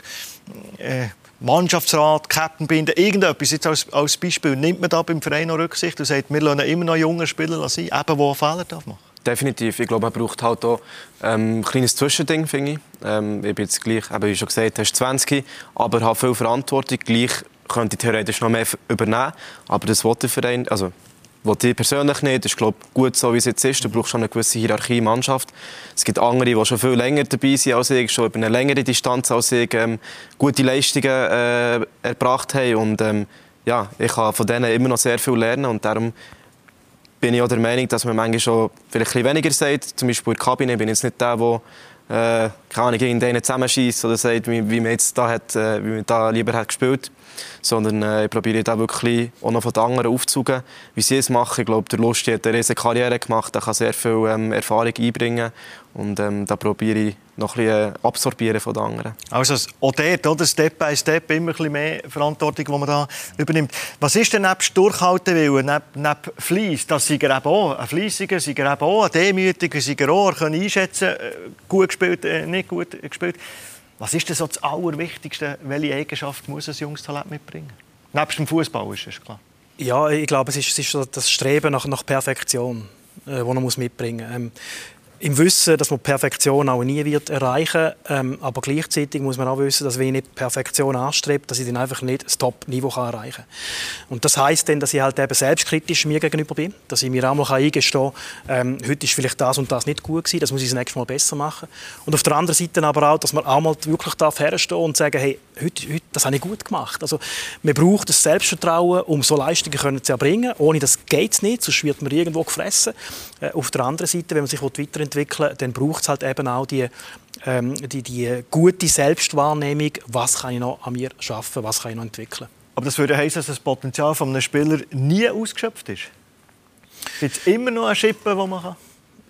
äh, Mannschaftsrat, Captain binden, irgendetwas jetzt als, als Beispiel. Nimmt man da beim Verein noch Rücksicht und sagt, wir lassen immer noch junge Spieler sein, eben, die Fehler machen darf? Definitiv. Ich glaube, man braucht halt auch ähm, ein kleines Zwischending, finde ich. Ähm, ich bin jetzt gleich, eben, wie schon gesagt, hast zwanzig, aber habe viel Verantwortung. Gleich könnte ich theoretisch noch mehr übernehmen. Aber das will der Verein, also will ich persönlich nicht. Das ist, glaube ich, gut so, wie es jetzt ist. Du brauchst schon eine gewisse Hierarchie in der Mannschaft. Es gibt andere, die schon viel länger dabei sind als ich, schon über eine längere Distanz als ich, ähm, gute Leistungen äh, erbracht haben. Und ähm, ja, ich kann von denen immer noch sehr viel lernen. Und darum bin ich auch der Meinung, dass man manchmal schon vielleicht ein bisschen weniger sagt. Zum Beispiel in der Kabine bin ich jetzt nicht der, der äh, keine Ahnung, gegen den zusammenschießt oder sagt, wie, wie man jetzt da hat, äh, wie man da lieber hat gespielt. Sondern äh, ich probiere da wirklich auch noch von den anderen aufzuzugehen, wie sie es machen. Ich glaube, der Lusti hat eine riesige Karriere gemacht, er kann sehr viel ähm, Erfahrung einbringen. Und ähm, da probiere ich noch ein bisschen absorbieren von den anderen. Also auch dort, oder? Step by Step, immer ein bisschen mehr Verantwortung, die man da übernimmt. Was ist denn nebst Durchhaltewillen, neben, neben Fleiss? Das sei er eben auch ein Fleissiger, sei er eben auch ein Demütiger, sei er auch, er kann einschätzen, gut gespielt, äh, nicht gut gespielt. Was ist denn so das Allerwichtigste? Welche Eigenschaft muss ein junges Talent mitbringen? Nebst dem Fußball ist das klar. Ja, ich glaube, es ist, es ist das Streben nach, nach Perfektion, äh, das man mitbringen muss. Ähm, Im Wissen, dass man Perfektion auch nie wird erreichen, ähm, aber gleichzeitig muss man auch wissen, dass wenn ich nicht Perfektion anstrebe, dass ich dann einfach nicht das Top-Niveau erreichen kann. Und das heisst dann, dass ich halt eben selbstkritisch mir gegenüber bin, dass ich mir auch mal eingestehen kann, ähm, heute ist vielleicht das und das nicht gut gewesen, das muss ich das nächste Mal besser machen. Und auf der anderen Seite aber auch, dass man auch mal wirklich herstehen und sagen, hey, heute, heute, das habe ich gut gemacht. Also, man braucht das Selbstvertrauen, um so Leistungen zu erbringen. Ohne das geht es nicht, sonst wird man irgendwo gefressen. Äh, auf der anderen Seite, wenn man sich weiterentwickeln will, dann braucht es halt eben auch die, ähm, die, die gute Selbstwahrnehmung, was kann ich noch an mir schaffen, was kann ich noch entwickeln. Aber das würde heißen, dass das Potenzial eines Spielers nie ausgeschöpft ist? Gibt es immer noch eine Schippe, die man kann?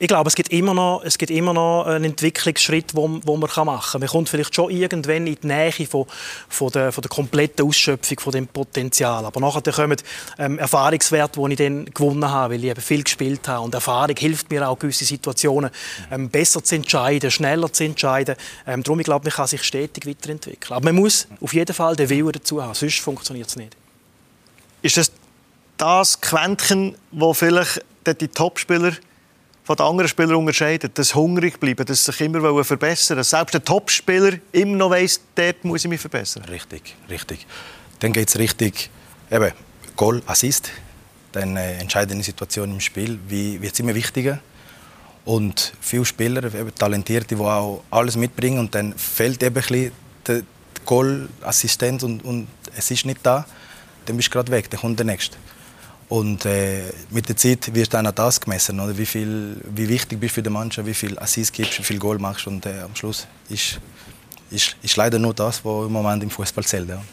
Ich glaube, es gibt immer noch, es gibt immer noch einen Entwicklungsschritt, wo, wo man machen kann. Man kommt vielleicht schon irgendwann in die Nähe von, von, der, von der kompletten Ausschöpfung von dem Potenzial. Aber nachher kommen ähm, Erfahrungswerte, die ich dann gewonnen habe, weil ich eben viel gespielt habe. Und Erfahrung hilft mir auch, gewisse Situationen ähm, besser zu entscheiden, schneller zu entscheiden. Ähm, darum, ich glaube, man kann sich stetig weiterentwickeln. Aber man muss auf jeden Fall den Willen dazu haben, sonst funktioniert es nicht. Ist das das Quäntchen, wo vielleicht die Topspieler von den anderen Spielern unterscheiden, das hungrig bleiben, das sich immer verbessern, dass selbst der Topspieler immer noch weiss, dort muss ich mich verbessern. Richtig, richtig. Dann geht es richtig, eben, Goal, Assist, dann äh, entscheidende Situation im Spiel, wie wird es immer wichtiger. Und viele Spieler, eben Talentierte, die auch alles mitbringen und dann fehlt eben ein bisschen der Goal-Assistent und, und es ist nicht da, dann bist du gerade weg, dann kommt der Nächste. Und äh, mit der Zeit wirst du dann auch das gemessen, oder? Wie, viel, wie wichtig bist du für die Mannschaft, wie viel Assist gibst, wie viel Goal machst. Und äh, am Schluss ist, ist, ist leider nur das, was im Moment im Fußball zählt. Ja.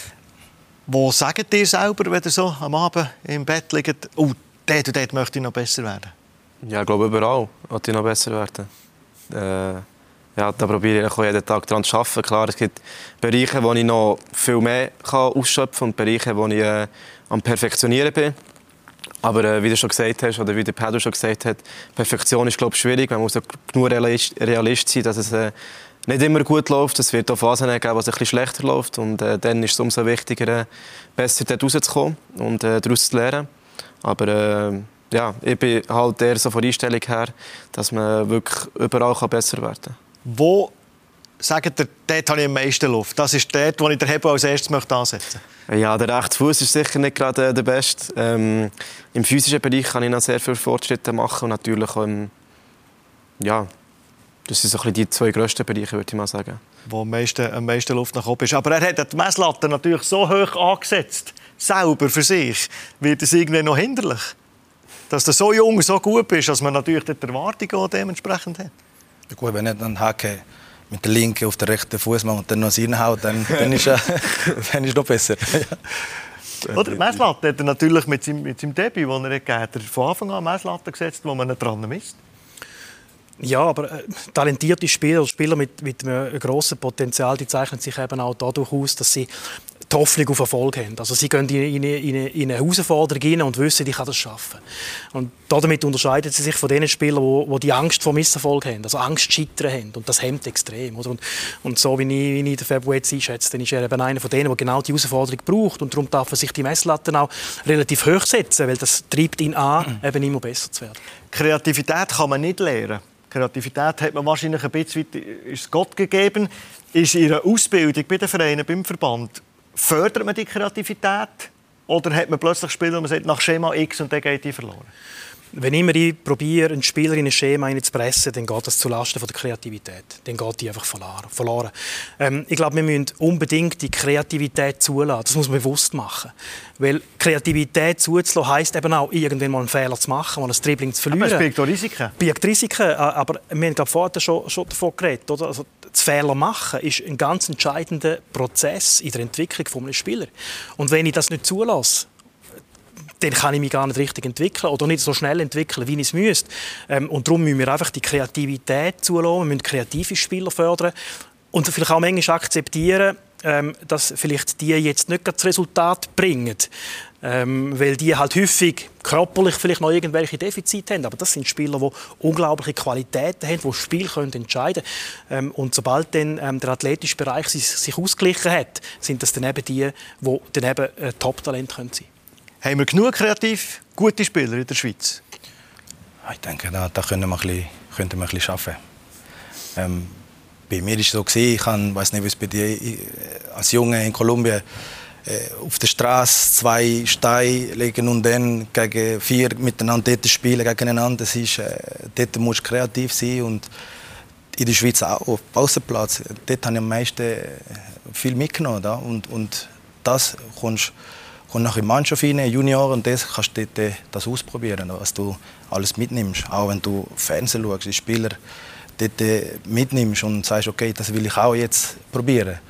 Wo sagt ihr selber, wenn ihr so am Abend im Bett liegt, oh, dort und dort möchte ich noch besser werden? Ja, ich glaube, überall möchte ich noch besser werden. Äh, ja, da probiere ich auch jeden Tag daran zu arbeiten. Klar, es gibt Bereiche, wo ich noch viel mehr ausschöpfen kann und Bereiche, wo ich äh, am Perfektionieren bin. Aber äh, wie du schon gesagt hast, oder wie der Pedro schon gesagt hat, Perfektion ist, glaube ich, schwierig. Man muss auch genug Realist, Realist sein, dass es äh, nicht immer gut läuft. Es wird auch Phasen geben, wo es ein bisschen schlechter läuft. Und äh, dann ist es umso wichtiger, äh, besser dort rauszukommen und äh, daraus zu lernen. Aber äh, ja, ich bin halt eher so von der Einstellung her, dass man wirklich überall besser werden kann. Wo sagt ihr, dort habe ich am meisten Luft? Das ist dort, wo ich den Hebel als erstes möchte ansetzen möchte. Ja, der rechte Fuß ist sicher nicht gerade der beste. Ähm, Im physischen Bereich kann ich noch sehr viele Fortschritte machen und natürlich auch im, ja, das sind so ein bisschen die zwei grössten Bereiche, würde ich mal sagen. Wo am meisten, am meisten Luft nach oben ist. Aber er hat die Messlatte natürlich so hoch angesetzt, selber für sich, wird es irgendwie noch hinderlich. Dass du so jung, so gut bist, dass man natürlich die Erwartungen auch dementsprechend hat. Ja, gut, wenn nicht einen Haken mit der linken auf den rechten Fuß macht und dann noch reinhaut, dann, dann ist es äh, noch besser. Oder Messlatte hat er natürlich mit seinem, mit seinem Debüt, das er gegeben hat, von Anfang an Messlatte gesetzt, wo man nicht dran misst. Ja, aber äh, talentierte Spieler, Spieler mit, mit einem grossen Potenzial, die zeichnen sich eben auch dadurch aus, dass sie die Hoffnung auf Erfolg haben. Also sie gehen in, in, in, in eine Herausforderung rein und wissen, ich kann das schaffen. Und damit unterscheiden sie sich von den Spielern, die, die die Angst vor Misserfolg haben, also Angst zu scheitern haben. Und das hemmt extrem. Oder? Und, und so wie ich, wie ich den Fabio jetzt einschätze, dann ist er eben einer von denen, der genau die Herausforderung braucht. Und darum darf er sich die Messlatten auch relativ hoch setzen, weil das treibt ihn an, eben immer besser zu werden. Kreativität kann man nicht lernen. Kreativität hat man wahrscheinlich ein bisschen weit, ist Gott gegeben. Ist in ihrer Ausbildung bei den Vereinen, beim Verband, fördert man die Kreativität? Oder hat man plötzlich Spieler, und man sagt, nach Schema X und dann geht die verloren? Wenn immer ich probiere, einen Spieler in ein Schema zu pressen, dann geht das zulasten der Kreativität. Dann geht die einfach verloren. Ähm, ich glaube, wir müssen unbedingt die Kreativität zulassen. Das muss man bewusst machen. Weil Kreativität zuzulassen heisst eben auch, irgendwann mal einen Fehler zu machen, mal ein Dribbling zu verlieren. Aber es birgt auch Risiken. Es birgt Risiken, aber wir haben glaube vorher schon, schon davon geredet. Oder? Also, das Fehler machen ist ein ganz entscheidender Prozess in der Entwicklung eines Spielers. Und wenn ich das nicht zulasse, dann kann ich mich gar nicht richtig entwickeln oder nicht so schnell entwickeln, wie ich es müsste. Ähm, und darum müssen wir einfach die Kreativität zulassen, wir müssen kreative Spieler fördern und vielleicht auch manchmal akzeptieren, ähm, dass vielleicht die jetzt nicht das Resultat bringen, ähm, weil die halt häufig körperlich vielleicht noch irgendwelche Defizite haben. Aber das sind Spieler, die unglaubliche Qualitäten haben, die das Spiel können entscheiden können. Ähm, und sobald dann ähm, der athletische Bereich sich, sich ausgeglichen hat, sind das dann eben die, die dann eben äh, Top-Talent sein können. Haben wir genug kreativ gute Spieler in der Schweiz? Ich denke, da, da können wir ein bisschen, könnten wir ein bisschen arbeiten. Ähm, bei mir war es so, ich weiß nicht, wie es bei dir als Junge in Kolumbien äh, auf der Straße zwei Steine legen und dann gegen vier miteinander dort spielen gegeneinander. Das ist, äh, dort musst du kreativ sein und in der Schweiz auch, auf dem Außenplatz. Dort habe ich am meisten viel mitgenommen. Da. Und, und das kommst kommt nach in die Mannschaft rein, Junioren, und das kannst du dort das ausprobieren, was du alles mitnimmst. Auch wenn du Fernsehen schaust, die Spieler dort mitnimmst und sagst, okay, das will ich auch jetzt probieren.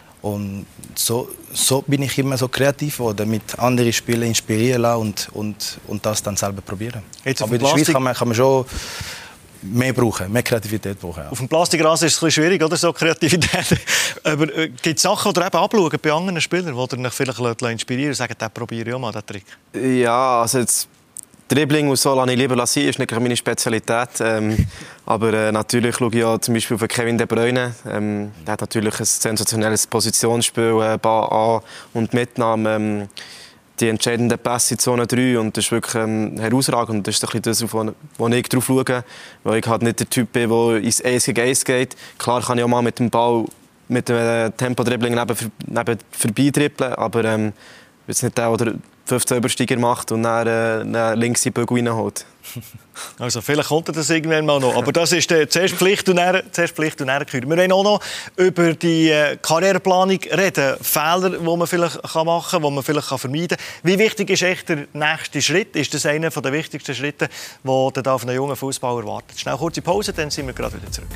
Und so, so bin ich immer so kreativ geworden, mit anderen Spielern inspirieren lassen und, und, und das dann selber probieren. Jetzt Aber in der Schweiz kann man, kann man schon mehr brauchen, mehr Kreativität brauchen. Ja. Auf dem Plastikrasen ist es ein bisschen schwierig, oder? So Kreativität. Aber äh, gibt es Sachen, die ihr eben abschauen bei anderen Spielern, die ihr euch vielleicht inspirieren und sagen, den probiere ich auch mal, den Trick? Ja, also jetzt Dribbling und so lasse ich lieber sein, ist nicht meine Spezialität. Ähm, aber äh, natürlich schaue ich auch zum Beispiel auf Kevin De Bruyne. Ähm, der hat natürlich ein sensationelles Positionsspiel, äh, Ball an und Mitnahme. Ähm, die entscheidenden Pässe in Zone drei und das ist wirklich ähm, herausragend. Und das ist ein bisschen das, wo, wo ich drauf schaue, weil ich halt nicht der Typ bin, der ins eins gegen eins geht. Klar kann ich auch mal mit dem Ball, mit dem äh, Tempo-Dribbling neben, neben vorbei dribbeln, aber ähm, jetzt nicht der, der fünfzehn Übersteiger macht und dann, äh, dann links in den Bügel reinholt. Also vielleicht kommt das irgendwann mal noch. Aber das ist äh, zuerst Pflicht und dann, zuerst Pflicht und dann Kür. Wir wollen auch noch über die äh, Karriereplanung reden. Fehler, die man vielleicht machen kann, die man vielleicht vermeiden kann. Wie wichtig ist echt der nächste Schritt? Ist das einer der wichtigsten Schritte, die auf einen jungen Fußballer wartet? Schnell kurze Pause, dann sind wir gerade wieder zurück.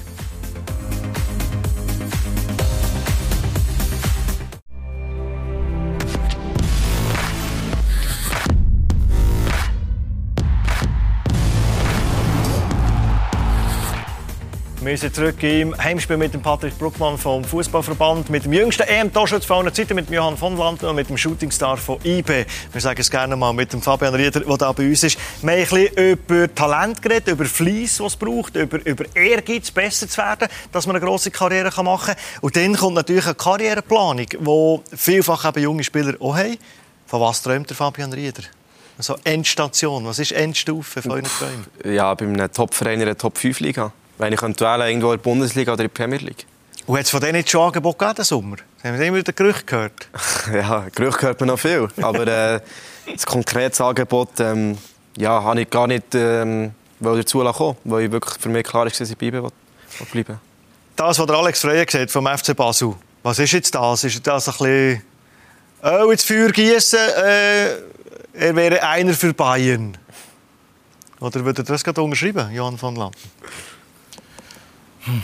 Wir sind zurück im Heimspiel mit dem Patrick Bruckmann vom Fußballverband, mit dem jüngsten E M-Torschützen aller Zeiten, mit dem Johann von Landen und mit dem Shootingstar von I B. Wir sagen es gerne mal mit dem Fabian Rieder, der da bei uns ist. Wir haben ein bisschen über Talent geredet, über Fleiss, was es braucht, über, über Ehrgeiz, besser zu werden, dass man eine grosse Karriere machen kann. Und dann kommt natürlich eine Karriereplanung, die vielfach eben junge Spieler auch haben. Von was träumt der Fabian Rieder? Also Endstation, was ist Endstufe von euren Träumen? Ja, bei einem Top-Verein in der Top fünf Liga. Wenn ich könnte wählen, irgendwo in der Bundesliga oder in der Premier League. Und hat es von denen nicht schon Angebot gegeben, den Sommer? Haben wir immer wieder Gerüchte gehört? Ja, Gerüchte hört man noch viel. Aber äh, das konkrete Angebot ähm, ja, habe ich gar nicht ähm, dazu kommen, weil ich wirklich für mich klar ist, dass ich bleiben will. Das, was der Alex Frey gesagt vom F C Basel, was ist jetzt das? Ist das ein bisschen oh, ins Feuer gießen? Äh, er wäre einer für Bayern. Oder würde er das gerade unterschreiben, Johann von Landen? Hm.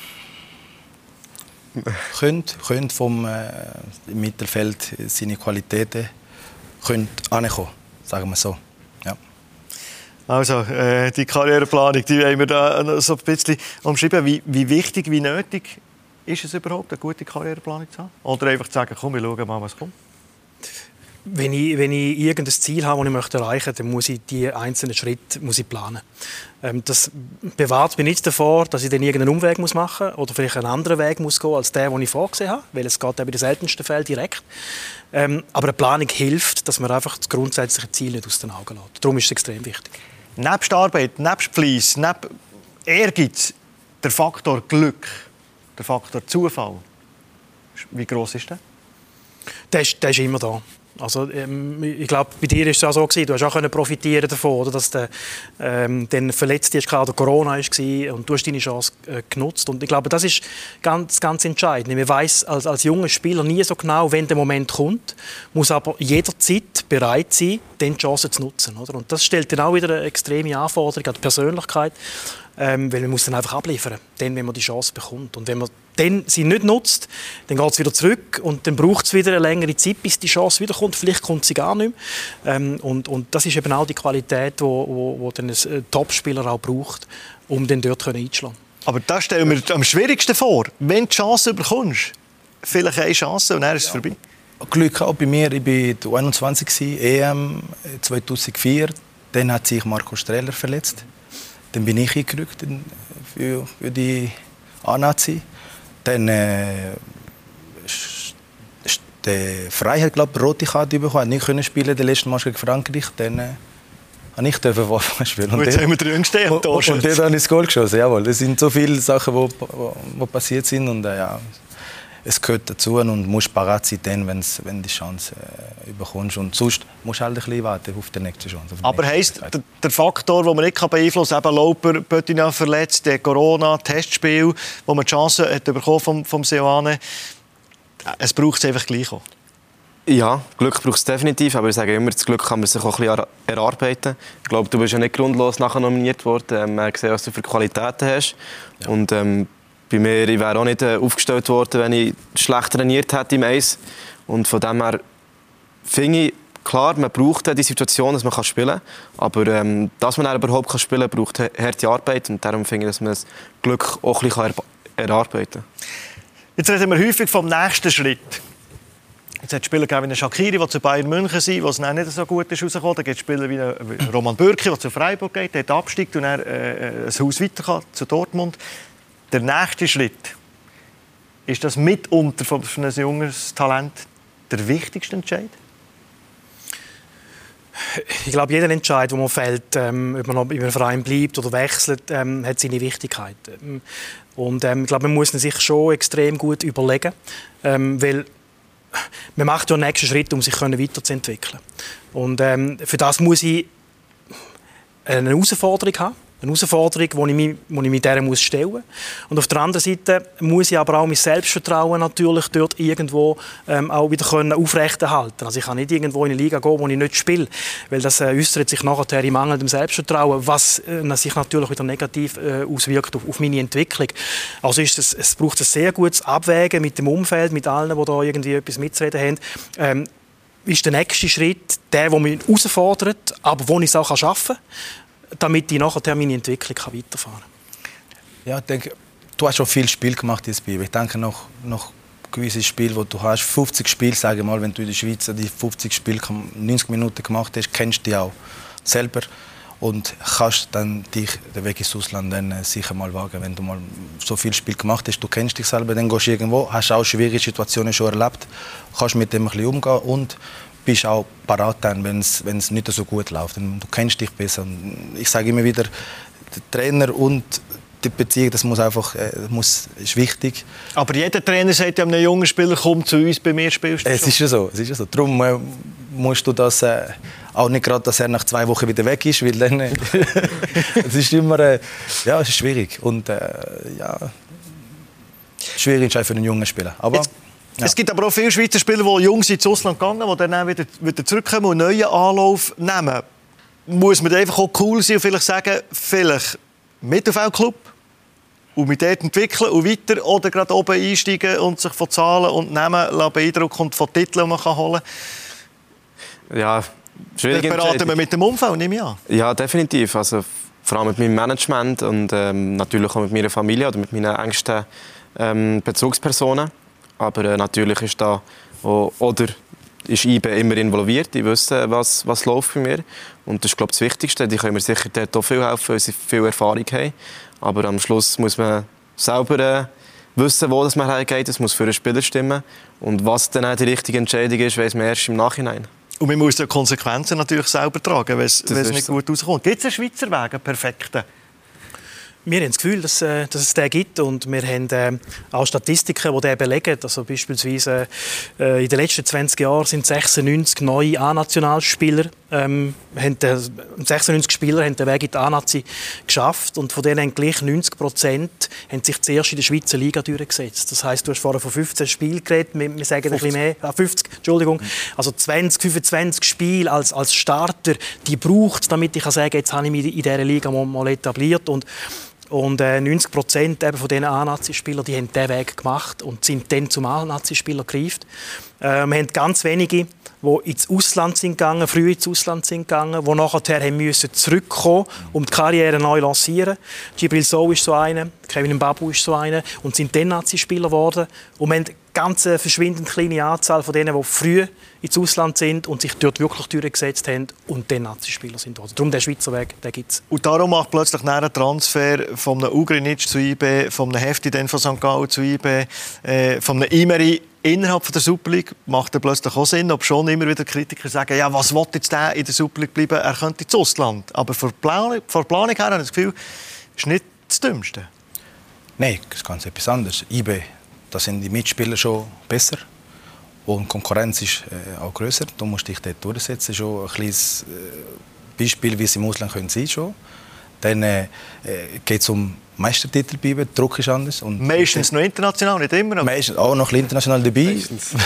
Könnte, könnte vom äh, Mittelfeld seine Qualitäten ankommen, sagen wir so. Ja. Also, äh, die Karriereplanung, die haben wir da so ein bisschen umschrieben. Wie, wie wichtig, wie nötig ist es überhaupt, eine gute Karriereplanung zu haben? Oder einfach zu sagen, komm, wir schauen mal, was kommt? Wenn ich, wenn ich irgendein Ziel habe, das ich möchte erreichen möchte, dann muss ich die einzelnen Schritte muss ich planen. Ähm, das bewahrt mich nicht davor, dass ich dann irgendeinen Umweg muss machen muss oder vielleicht einen anderen Weg muss gehen als der, den ich vorgesehen habe, weil es geht bei den seltensten Fällen direkt. Ähm, aber eine Planung hilft, dass man einfach das grundsätzliche Ziel nicht aus den Augen lässt. Darum ist es extrem wichtig. Nebst Arbeit, nebst Fleiss, nebst Ehrgeiz, der Faktor Glück, der Faktor Zufall, wie gross ist der? Der ist, der ist immer da. Also, ähm, ich glaube, bei dir war es ja so gewesen, du hast auch profitieren davon, oder, dass du ähm, dann verletzt warst, oder Corona war und du hast deine Chance äh, genutzt. Und ich glaube, das ist ganz, ganz entscheidend. Man weiss als, als junger Spieler nie so genau, wenn der Moment kommt, muss aber jederzeit bereit sein, dann die Chance zu nutzen. Oder? Und das stellt dann auch wieder eine extreme Anforderung an die Persönlichkeit, ähm, weil man muss dann einfach abliefern, dann, wenn man die Chance bekommt. Und wenn man dann sie nicht nutzt, dann geht es wieder zurück und dann braucht es wieder eine längere Zeit, bis die Chance wiederkommt. Vielleicht kommt sie gar nicht mehr. Ähm, und, und das ist eben auch die Qualität, die wo, wo, wo dann ein Topspieler auch braucht, um dann dort einzuschlagen. Aber das stellen wir am schwierigsten vor. Wenn du die Chance bekommst, vielleicht eine Chance und dann ist es ja vorbei. Glück auch bei mir. Ich war einundzwanzig, E M zweitausendvier. Dann hat sich Marco Streller verletzt. Dann bin ich eingerückt für, für die A-Nazi. Dann äh, der Freiheit, glaube ich, rote Karte bekommen, nicht können spielen, der letzte Match gegen Frankreich. Dann äh, habe ich Wolfgang spielen. Und, und jetzt haben wir den jüngsten und, und, und dann habe ich das Goal geschossen. Jawohl. Es sind so viele Sachen, die passiert sind. Und, äh, ja, es gehört dazu und du musst parat sein, dann, wenn du die Chance äh, bekommst. Und sonst musst du halt ein bisschen warten auf die nächste Chance. Aber heisst, der, der Faktor, den man nicht beeinflussen kann, eben Lauper, Pöttina verletzt, der Corona, Testspiel, wo man die Chance hat bekommen vom, vom Seoane, es braucht es einfach gleich auch. Ja, Glück braucht es definitiv, aber ich sage immer, das Glück kann man sich auch ein bisschen erarbeiten. Ich glaube, du bist ja nicht grundlos nachher nominiert worden. Man sieht, was du für Qualitäten hast. Ja. Und, ähm, bei mir, ich wäre auch nicht äh, aufgestellt worden, wenn ich schlecht trainiert hätte im Eis. Und von dem her finde ich, klar, man braucht die Situation, dass man spielen kann. Aber ähm, dass man dann überhaupt spielen kann, braucht harte Arbeit. Und darum finde ich, dass man das Glück auch ein bisschen erarbeiten kann. Jetzt reden wir häufig vom nächsten Schritt. Jetzt hat es Spieler wie Shaqiri, die zu Bayern München sind, wo es dann nicht so gut ist rausgekommen. Da gibt es Spieler wie Roman Bürki, der zu Freiburg geht, der absteigt und dann äh, ein Haus weiter kann, zu Dortmund. Der nächste Schritt, ist das mitunter für ein junges Talent der wichtigste Entscheid? Ich glaube, jeder Entscheid, der man fällt, ähm, ob man noch in einem Verein bleibt oder wechselt, ähm, hat seine Wichtigkeit. Und ähm, ich glaube, man muss sich schon extrem gut überlegen, ähm, weil man macht ja einen nächsten Schritt, um sich weiterzuentwickeln. Und ähm, für das muss ich eine Herausforderung haben. Eine Herausforderung, die ich mich, die ich mich der muss stellen muss. Und auf der anderen Seite muss ich aber auch mein Selbstvertrauen natürlich dort irgendwo ähm, auch wieder können aufrechterhalten. Also ich kann nicht irgendwo in eine Liga gehen, wo ich nicht spiele, weil das äh, äußert sich nachher in mangelndem Selbstvertrauen, was äh, sich natürlich wieder negativ äh, auswirkt auf, auf meine Entwicklung. Also ist es, es braucht ein sehr gutes Abwägen mit dem Umfeld, mit allen, die da irgendwie etwas mitzureden haben. Ähm, ist der nächste Schritt der, der mich herausfordert, aber wo ich es auch schaffen kann, damit ich nachher meine Entwicklung weiterfahren kann. Ja, ich denke, du hast schon viel Spiel gemacht in Spiel. Ich denke, noch, noch gewisse Spiele, wo du hast, fünfzig Spiele, sage mal, wenn du in der Schweiz die fünfzig Spiele, neunzig Minuten gemacht hast, kennst du dich auch selber und kannst dann dich den Weg ins Ausland dann sicher mal wagen, wenn du mal so viel Spiel gemacht hast. Du kennst dich selber, dann gehst du irgendwo, hast auch schwierige Situationen schon erlebt, kannst mit dem ein bisschen umgehen und bist auch parat, wenn es nicht so gut läuft. Du kennst dich besser. Ich sage immer wieder, der Trainer und die Beziehung, das muss einfach, das muss, ist wichtig. Aber jeder Trainer sagt einem jungen Spieler, komm zu uns, bei mir spielst du. Es ist ja so, es ist ja so. Darum äh, musst du das äh, auch nicht gerade, dass er nach zwei Wochen wieder weg ist, weil dann äh, es ist immer, äh, ja, es ist schwierig und äh, ja, schwierig Entscheid für einen jungen Spieler. Aber Jetzt Ja. Es gibt aber auch viele Schweizer Spieler, die jung sind ins Ausland gegangen, die dann wieder, wieder zurückkommen und einen neuen Anlauf nehmen. Muss man einfach auch cool sein und vielleicht sagen, vielleicht Mittelfeldclub und mit dort entwickeln und weiter oder gerade oben einsteigen und sich von Zahlen und Namen beeindrucken und von Titeln, die man holen kann? Ja, schwierig. Das beraten wir mit dem Umfeld, nehme ich an. Ja, definitiv. Also, vor allem mit meinem Management und ähm, natürlich auch mit meiner Familie oder mit meinen engsten ähm, Bezugspersonen. Aber äh, natürlich ist da auch, oder ist I B immer involviert. Die wissen, was, was läuft bei mir. Und das ist, glaube ich, das Wichtigste. Die können mir sicher dort auch viel helfen, weil sie viel Erfahrung haben. Aber am Schluss muss man selber äh, wissen, wo das man hergeht. Es muss für den Spieler stimmen. Und was dann auch die richtige Entscheidung ist, weiss man erst im Nachhinein. Und man muss die Konsequenzen natürlich selber tragen, wenn es nicht so. gut rauskommt. Gibt es einen Schweizer Weg, einen perfekten? Wir haben das Gefühl, dass, äh, dass es den gibt und wir haben äh, auch Statistiken, die den belegen. Also beispielsweise äh, in den letzten zwanzig Jahren sind sechsundneunzig neue A-Nationalspieler, ähm, haben den, sechsundneunzig Spieler haben den Weg in die A-Nazi geschafft und von denen haben gleich neunzig Prozent haben sich zuerst in der Schweizer Liga durchgesetzt. Das heisst, du hast vorher von fünfzehn Spielen geredet, wir, wir sagen fünfzig. Ein bisschen mehr, ah, fünfzig, Entschuldigung. Also zwanzig, fünfundzwanzig Spiele als, als Starter, die braucht es, damit ich kann sagen, jetzt habe ich mich in dieser Liga mal, mal etabliert. Und Und äh, neunzig Prozent eben von diesen A-Nazi-Spielern, die haben diesen Weg gemacht und sind dann zum A-Nazi-Spieler gereift. Äh, wir haben ganz wenige, die ins Ausland sind gegangen, früh ins Ausland sind gegangen, die nachher haben müssen zurückkommen, um die Karriere neu zu lancieren. Djibril Sow ist so einer, Kevin Mbabu ist so einer und sind dann Nazi-Spieler geworden. Und wir haben eine ganz verschwindend kleine Anzahl von denen, die früh ins Ausland sind und sich dort wirklich durchgesetzt haben und dann Nazi-Spieler sind. Darum der Schweizer Weg, den gibt es. Und darum macht plötzlich einen Transfer von einem Ugrinic zu I B, von einem Hefti dann von Sankt Gallen zu I B, äh, von einem Imeri innerhalb der Super League, macht er plötzlich auch Sinn, ob schon immer wieder Kritiker sagen, ja, was will jetzt der in der Super League bleiben, er könnte ins Ausland. Aber von Planung, von Planung her habe ich das Gefühl, ist nicht das Dümmste. Nein, das ist ganz etwas anderes. I B, da sind die Mitspieler schon besser. Und die Konkurrenz ist äh, auch grösser. Du musst dich dort durchsetzen. Schon ein kleines äh, Beispiel, wie es im Ausland können sein schon. Dann äh, geht es um Meistertitel bleiben. Der Druck ist anders. Und meistens noch international, nicht immer. Meistens auch noch ein bisschen international dabei.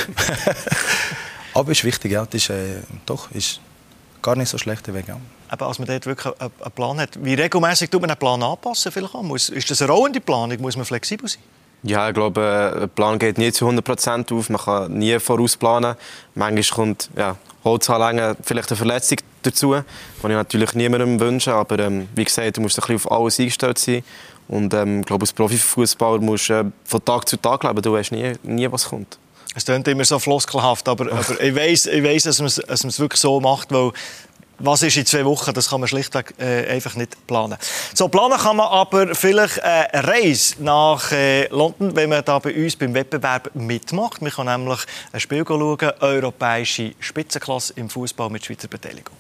Aber es ist wichtig, ja. Das ist, äh, doch, ist gar nicht so schlecht der Weg. Ja. Aber als man dort wirklich einen Plan hat, wie regelmäßig tut man einen Plan anpassen? Vielleicht auch? Ist das eine rollende Planung? Muss man flexibel sein? Ja, ich glaube, ein Plan geht nie zu hundert Prozent auf. Man kann nie vorausplanen. Manchmal kommt ja, Holzhaarlänge vielleicht eine Verletzung dazu, die ich natürlich niemandem wünsche. Aber ähm, wie gesagt, du musst ein bisschen auf alles eingestellt sein. Und ähm, ich glaube, als Profifußballer musst du äh, von Tag zu Tag leben. Du weißt nie, nie, was kommt. Es klingt immer so floskelhaft, aber, aber ich weiss, ich weiss, dass man es dass man es wirklich so macht, weil was ist in zwei Wochen, das kann man schlichtweg äh, einfach nicht planen. So, planen kann man aber vielleicht äh, eine Reise nach äh, London, wenn man da bei uns beim Wettbewerb mitmacht. Man kann nämlich ein Spiel schauen, europäische Spitzenklasse im Fußball mit Schweizer Beteiligung.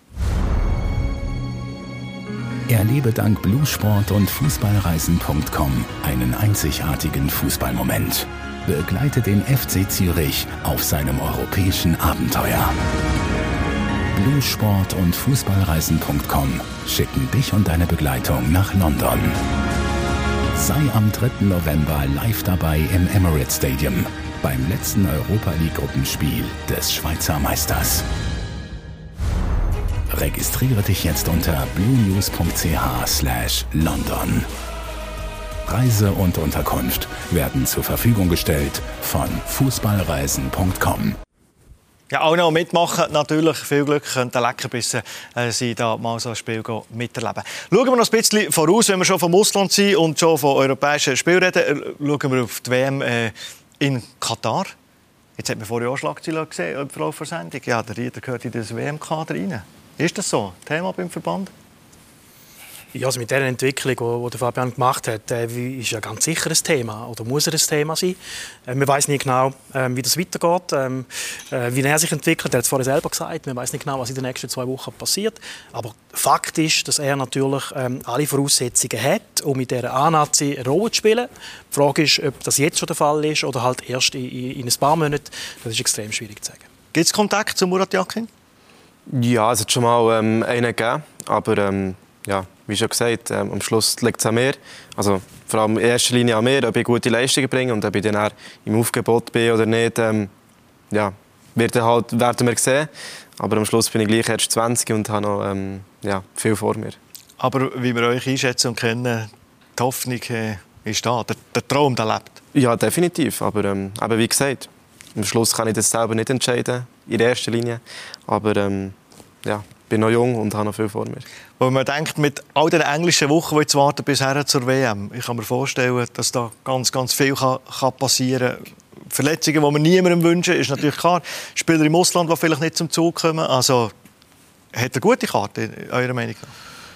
Erlebe dank Bluesport und Fußballreisen Punkt com einen einzigartigen Fußballmoment. Begleite den F C Zürich auf seinem europäischen Abenteuer. Bluesport und Fußballreisen Punkt com schicken dich und deine Begleitung nach London. Sei am dritten November live dabei im Emirates Stadium beim letzten Europa League Gruppenspiel des Schweizer Meisters. Registriere dich jetzt unter bluenews punkt c h slash London. Reise und Unterkunft werden zur Verfügung gestellt von Fußballreisen Punkt com. Ja, auch noch mitmachen. Natürlich, viel Glück, könnte ein Leckerbissen äh, sein, da mal so ein Spiel miterleben. Schauen wir noch ein bisschen voraus, wenn wir schon vom Ausland sind und schon von europäischen Spielen reden, schauen wir auf die W M äh, in Katar. Jetzt hat man vorher auch Schlagzeilen gesehen im Verlauf der Sendung. Ja, der Rieder gehört in das W M-Kader rein. Ist das so? Thema beim Verband? Ja, also mit der Entwicklung, die Fabian gemacht hat, äh, ist ja ganz sicher ein Thema oder muss er ein Thema sein. Äh, man weiß nicht genau, äh, wie das weitergeht, ähm, äh, wie er sich entwickelt. Er hat es vorher selber gesagt, man weiß nicht genau, was in den nächsten zwei Wochen passiert. Aber Fakt ist, dass er natürlich ähm, alle Voraussetzungen hat, um mit dieser A-Nazi eine Rolle zu spielen. Die Frage ist, ob das jetzt schon der Fall ist oder halt erst in, in ein paar Monaten. Das ist extrem schwierig zu sagen. Gibt es Kontakt zu Murat Yakin? Ja, es hat schon mal ähm, einen gegeben, aber ähm, ja, wie schon gesagt, ähm, am Schluss liegt es an mir. Also vor allem in erster Linie an mir, ob ich gute Leistungen bringe und ob ich dann auch im Aufgebot bin oder nicht, ähm, ja, werden, halt, werden wir sehen. Aber am Schluss bin ich gleich erst zwanzig und habe noch ähm, ja, viel vor mir. Aber wie wir euch einschätzen und kennen, die Hoffnung äh, ist da, der, der Traum, der lebt. Ja, definitiv. Aber ähm, wie gesagt, am Schluss kann ich das selber nicht entscheiden, in erster Linie. Aber ähm, ja, ich bin noch jung und habe noch viel vor mir. Weil man denkt, mit all den englischen Wochen, die jetzt warten bisher zur W M, ich kann mir vorstellen, dass da ganz, ganz viel kann, kann passieren kann. Verletzungen, die wir niemandem wünschen, ist natürlich klar. Spieler im Ausland, die vielleicht nicht zum Zug kommen. Also, hat er gute Karte, eurer Meinung nach?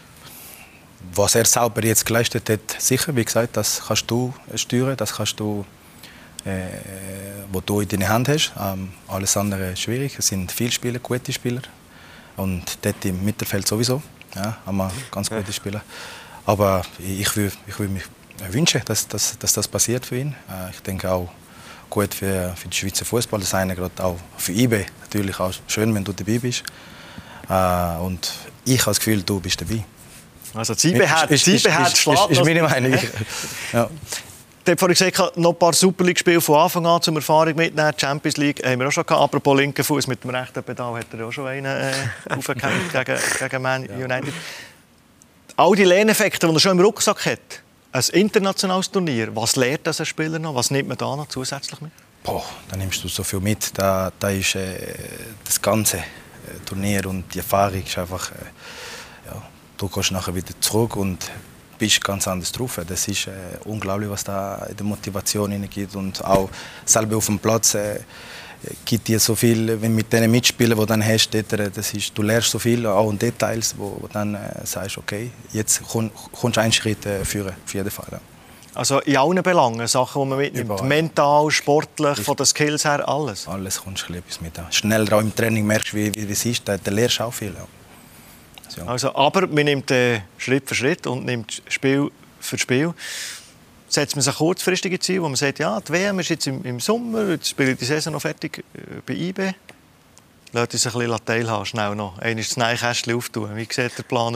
Was er selber jetzt geleistet hat, sicher, wie gesagt, das kannst du steuern, das kannst du, äh, was du in deiner Hand hast. Ähm, alles andere ist schwierig. Es sind viele Spieler, gute Spieler. Und dort im Mittelfeld sowieso. Ja, haben wir ganz gute Spieler. Aber ich würde ich würd mich wünschen, dass, dass, dass das passiert für ihn. Ich denke auch gut für, für den Schweizer Fußball. Das eine gerade auch für I B natürlich auch schön, wenn du dabei bist. Und ich habe das Gefühl, du bist dabei. Also die I B hat Schlaf. Ist meine Meinung. Ja. Ich habe vorhin gesagt, noch ein paar Super League-Spiele von Anfang an zum Erfahrung mitnehmen. Champions League haben wir auch schon gehabt. Apropos linken Fuß mit dem rechten Pedal hat er auch schon einen äh, aufgehängt gegen, gegen Man United. All die Lerneffekte, die er schon im Rucksack hat, ein internationales Turnier, was lernt das ein Spieler noch? Was nimmt man da noch zusätzlich mit? Boah, da nimmst du so viel mit. Da, da ist äh, das ganze äh, Turnier und die Erfahrung ist einfach, äh, ja, du kommst nachher wieder zurück und bist ganz anders drauf. Das ist äh, unglaublich, was da in der Motivation gibt und auch selber auf dem Platz äh, gibt dir so viel, wenn mit den Mitspielern, die du dann hast, dort, das ist, du lernst so viel, auch in Details, wo du dann äh, sagst, okay, jetzt komm, kommst du einen Schritt äh, führen, auf jeden Fall. Ja. Also in allen Belangen, Sachen, die man mitnimmt, überall. Mental, sportlich, von den Skills her, alles? Alles kommst du etwas mit. Schneller auch im Training merkst du, wie, wie es ist, da lernst du auch viel. Ja. Also, aber man nimmt äh, Schritt für Schritt und nimmt Spiel für Spiel. Setzt man sich kurzfristige Ziele, wo man sagt, ja, die W M ist jetzt im, im Sommer, jetzt spielt die Saison noch fertig äh, bei I B. Lässt uns ein bisschen teilhaben, schnell noch. Einmal das Nähkästchen auftun. Wie sieht der Plan aus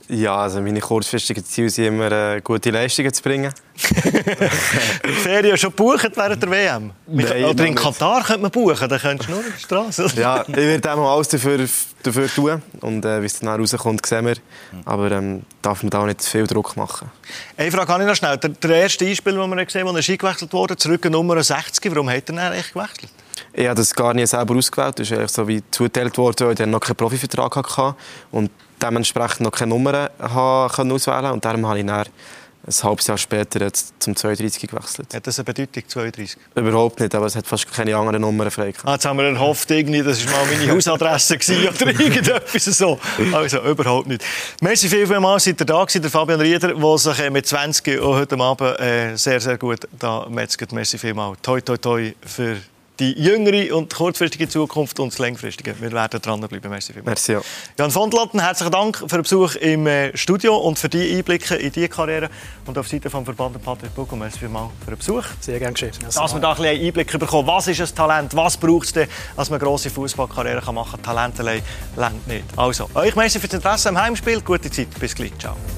Ja, also meine kurzfristigen Ziele sind immer, äh, gute Leistungen zu bringen. Ferien schon gebucht während der W M? Nein, oder in nicht. Katar könnte man buchen, dann könntest du nur auf die Straße. Ja, ich werde auch mal alles dafür, dafür tun. Und äh, wie es dann rauskommt, sehen wir. Aber ähm, darf man da auch nicht zu viel Druck machen. Eine Frage habe ich noch schnell. Der, der erste Einspieler, den wir gesehen haben, ist eingewechselt worden, zurück in Nummer sechzig. Warum hat er ihn eigentlich gewechselt? Ich habe das gar nicht selber ausgewählt. Das ist eigentlich so wie zugeteilt worden, weil ich noch keinen Profivertrag hatte und dementsprechend noch keine Nummern auswählen konnte. Und darum habe ich dann ein halbes Jahr später jetzt zum zweiunddreißig gewechselt. Hat das eine Bedeutung, zweiunddreißig? Überhaupt nicht, aber es hat fast keine anderen Nummern frei gehabt. Ah, jetzt haben wir erhofft, irgendwie, das war mal meine Hausadresse oder irgendetwas so. Also überhaupt nicht. Merci viel, viel mal, seid ihr da gewesen, der Fabian Rieder, der sich mit zwanzig und heute Abend äh, sehr, sehr gut da metzgt. Merci viel mal. Toi, toi, toi für die jüngere und kurzfristige Zukunft und das langfristige. Wir werden dranbleiben. Merci vielmals. Merci, ja. Jan von Tlatten, herzlichen Dank für den Besuch im äh, Studio und für die Einblicke in diese Karriere. Und auf Seite vom Verband Patrick Bugg, merci vielmals für den Besuch. Sehr gerne geschehen. Dass wir da ein bisschen Einblick bekommen, was ist ein Talent, was braucht es denn, dass man eine grosse Fußballkarriere machen kann. Talent allein reicht nicht. Also, euch merci für das Interesse am Heimspiel. Gute Zeit. Bis gleich. Ciao.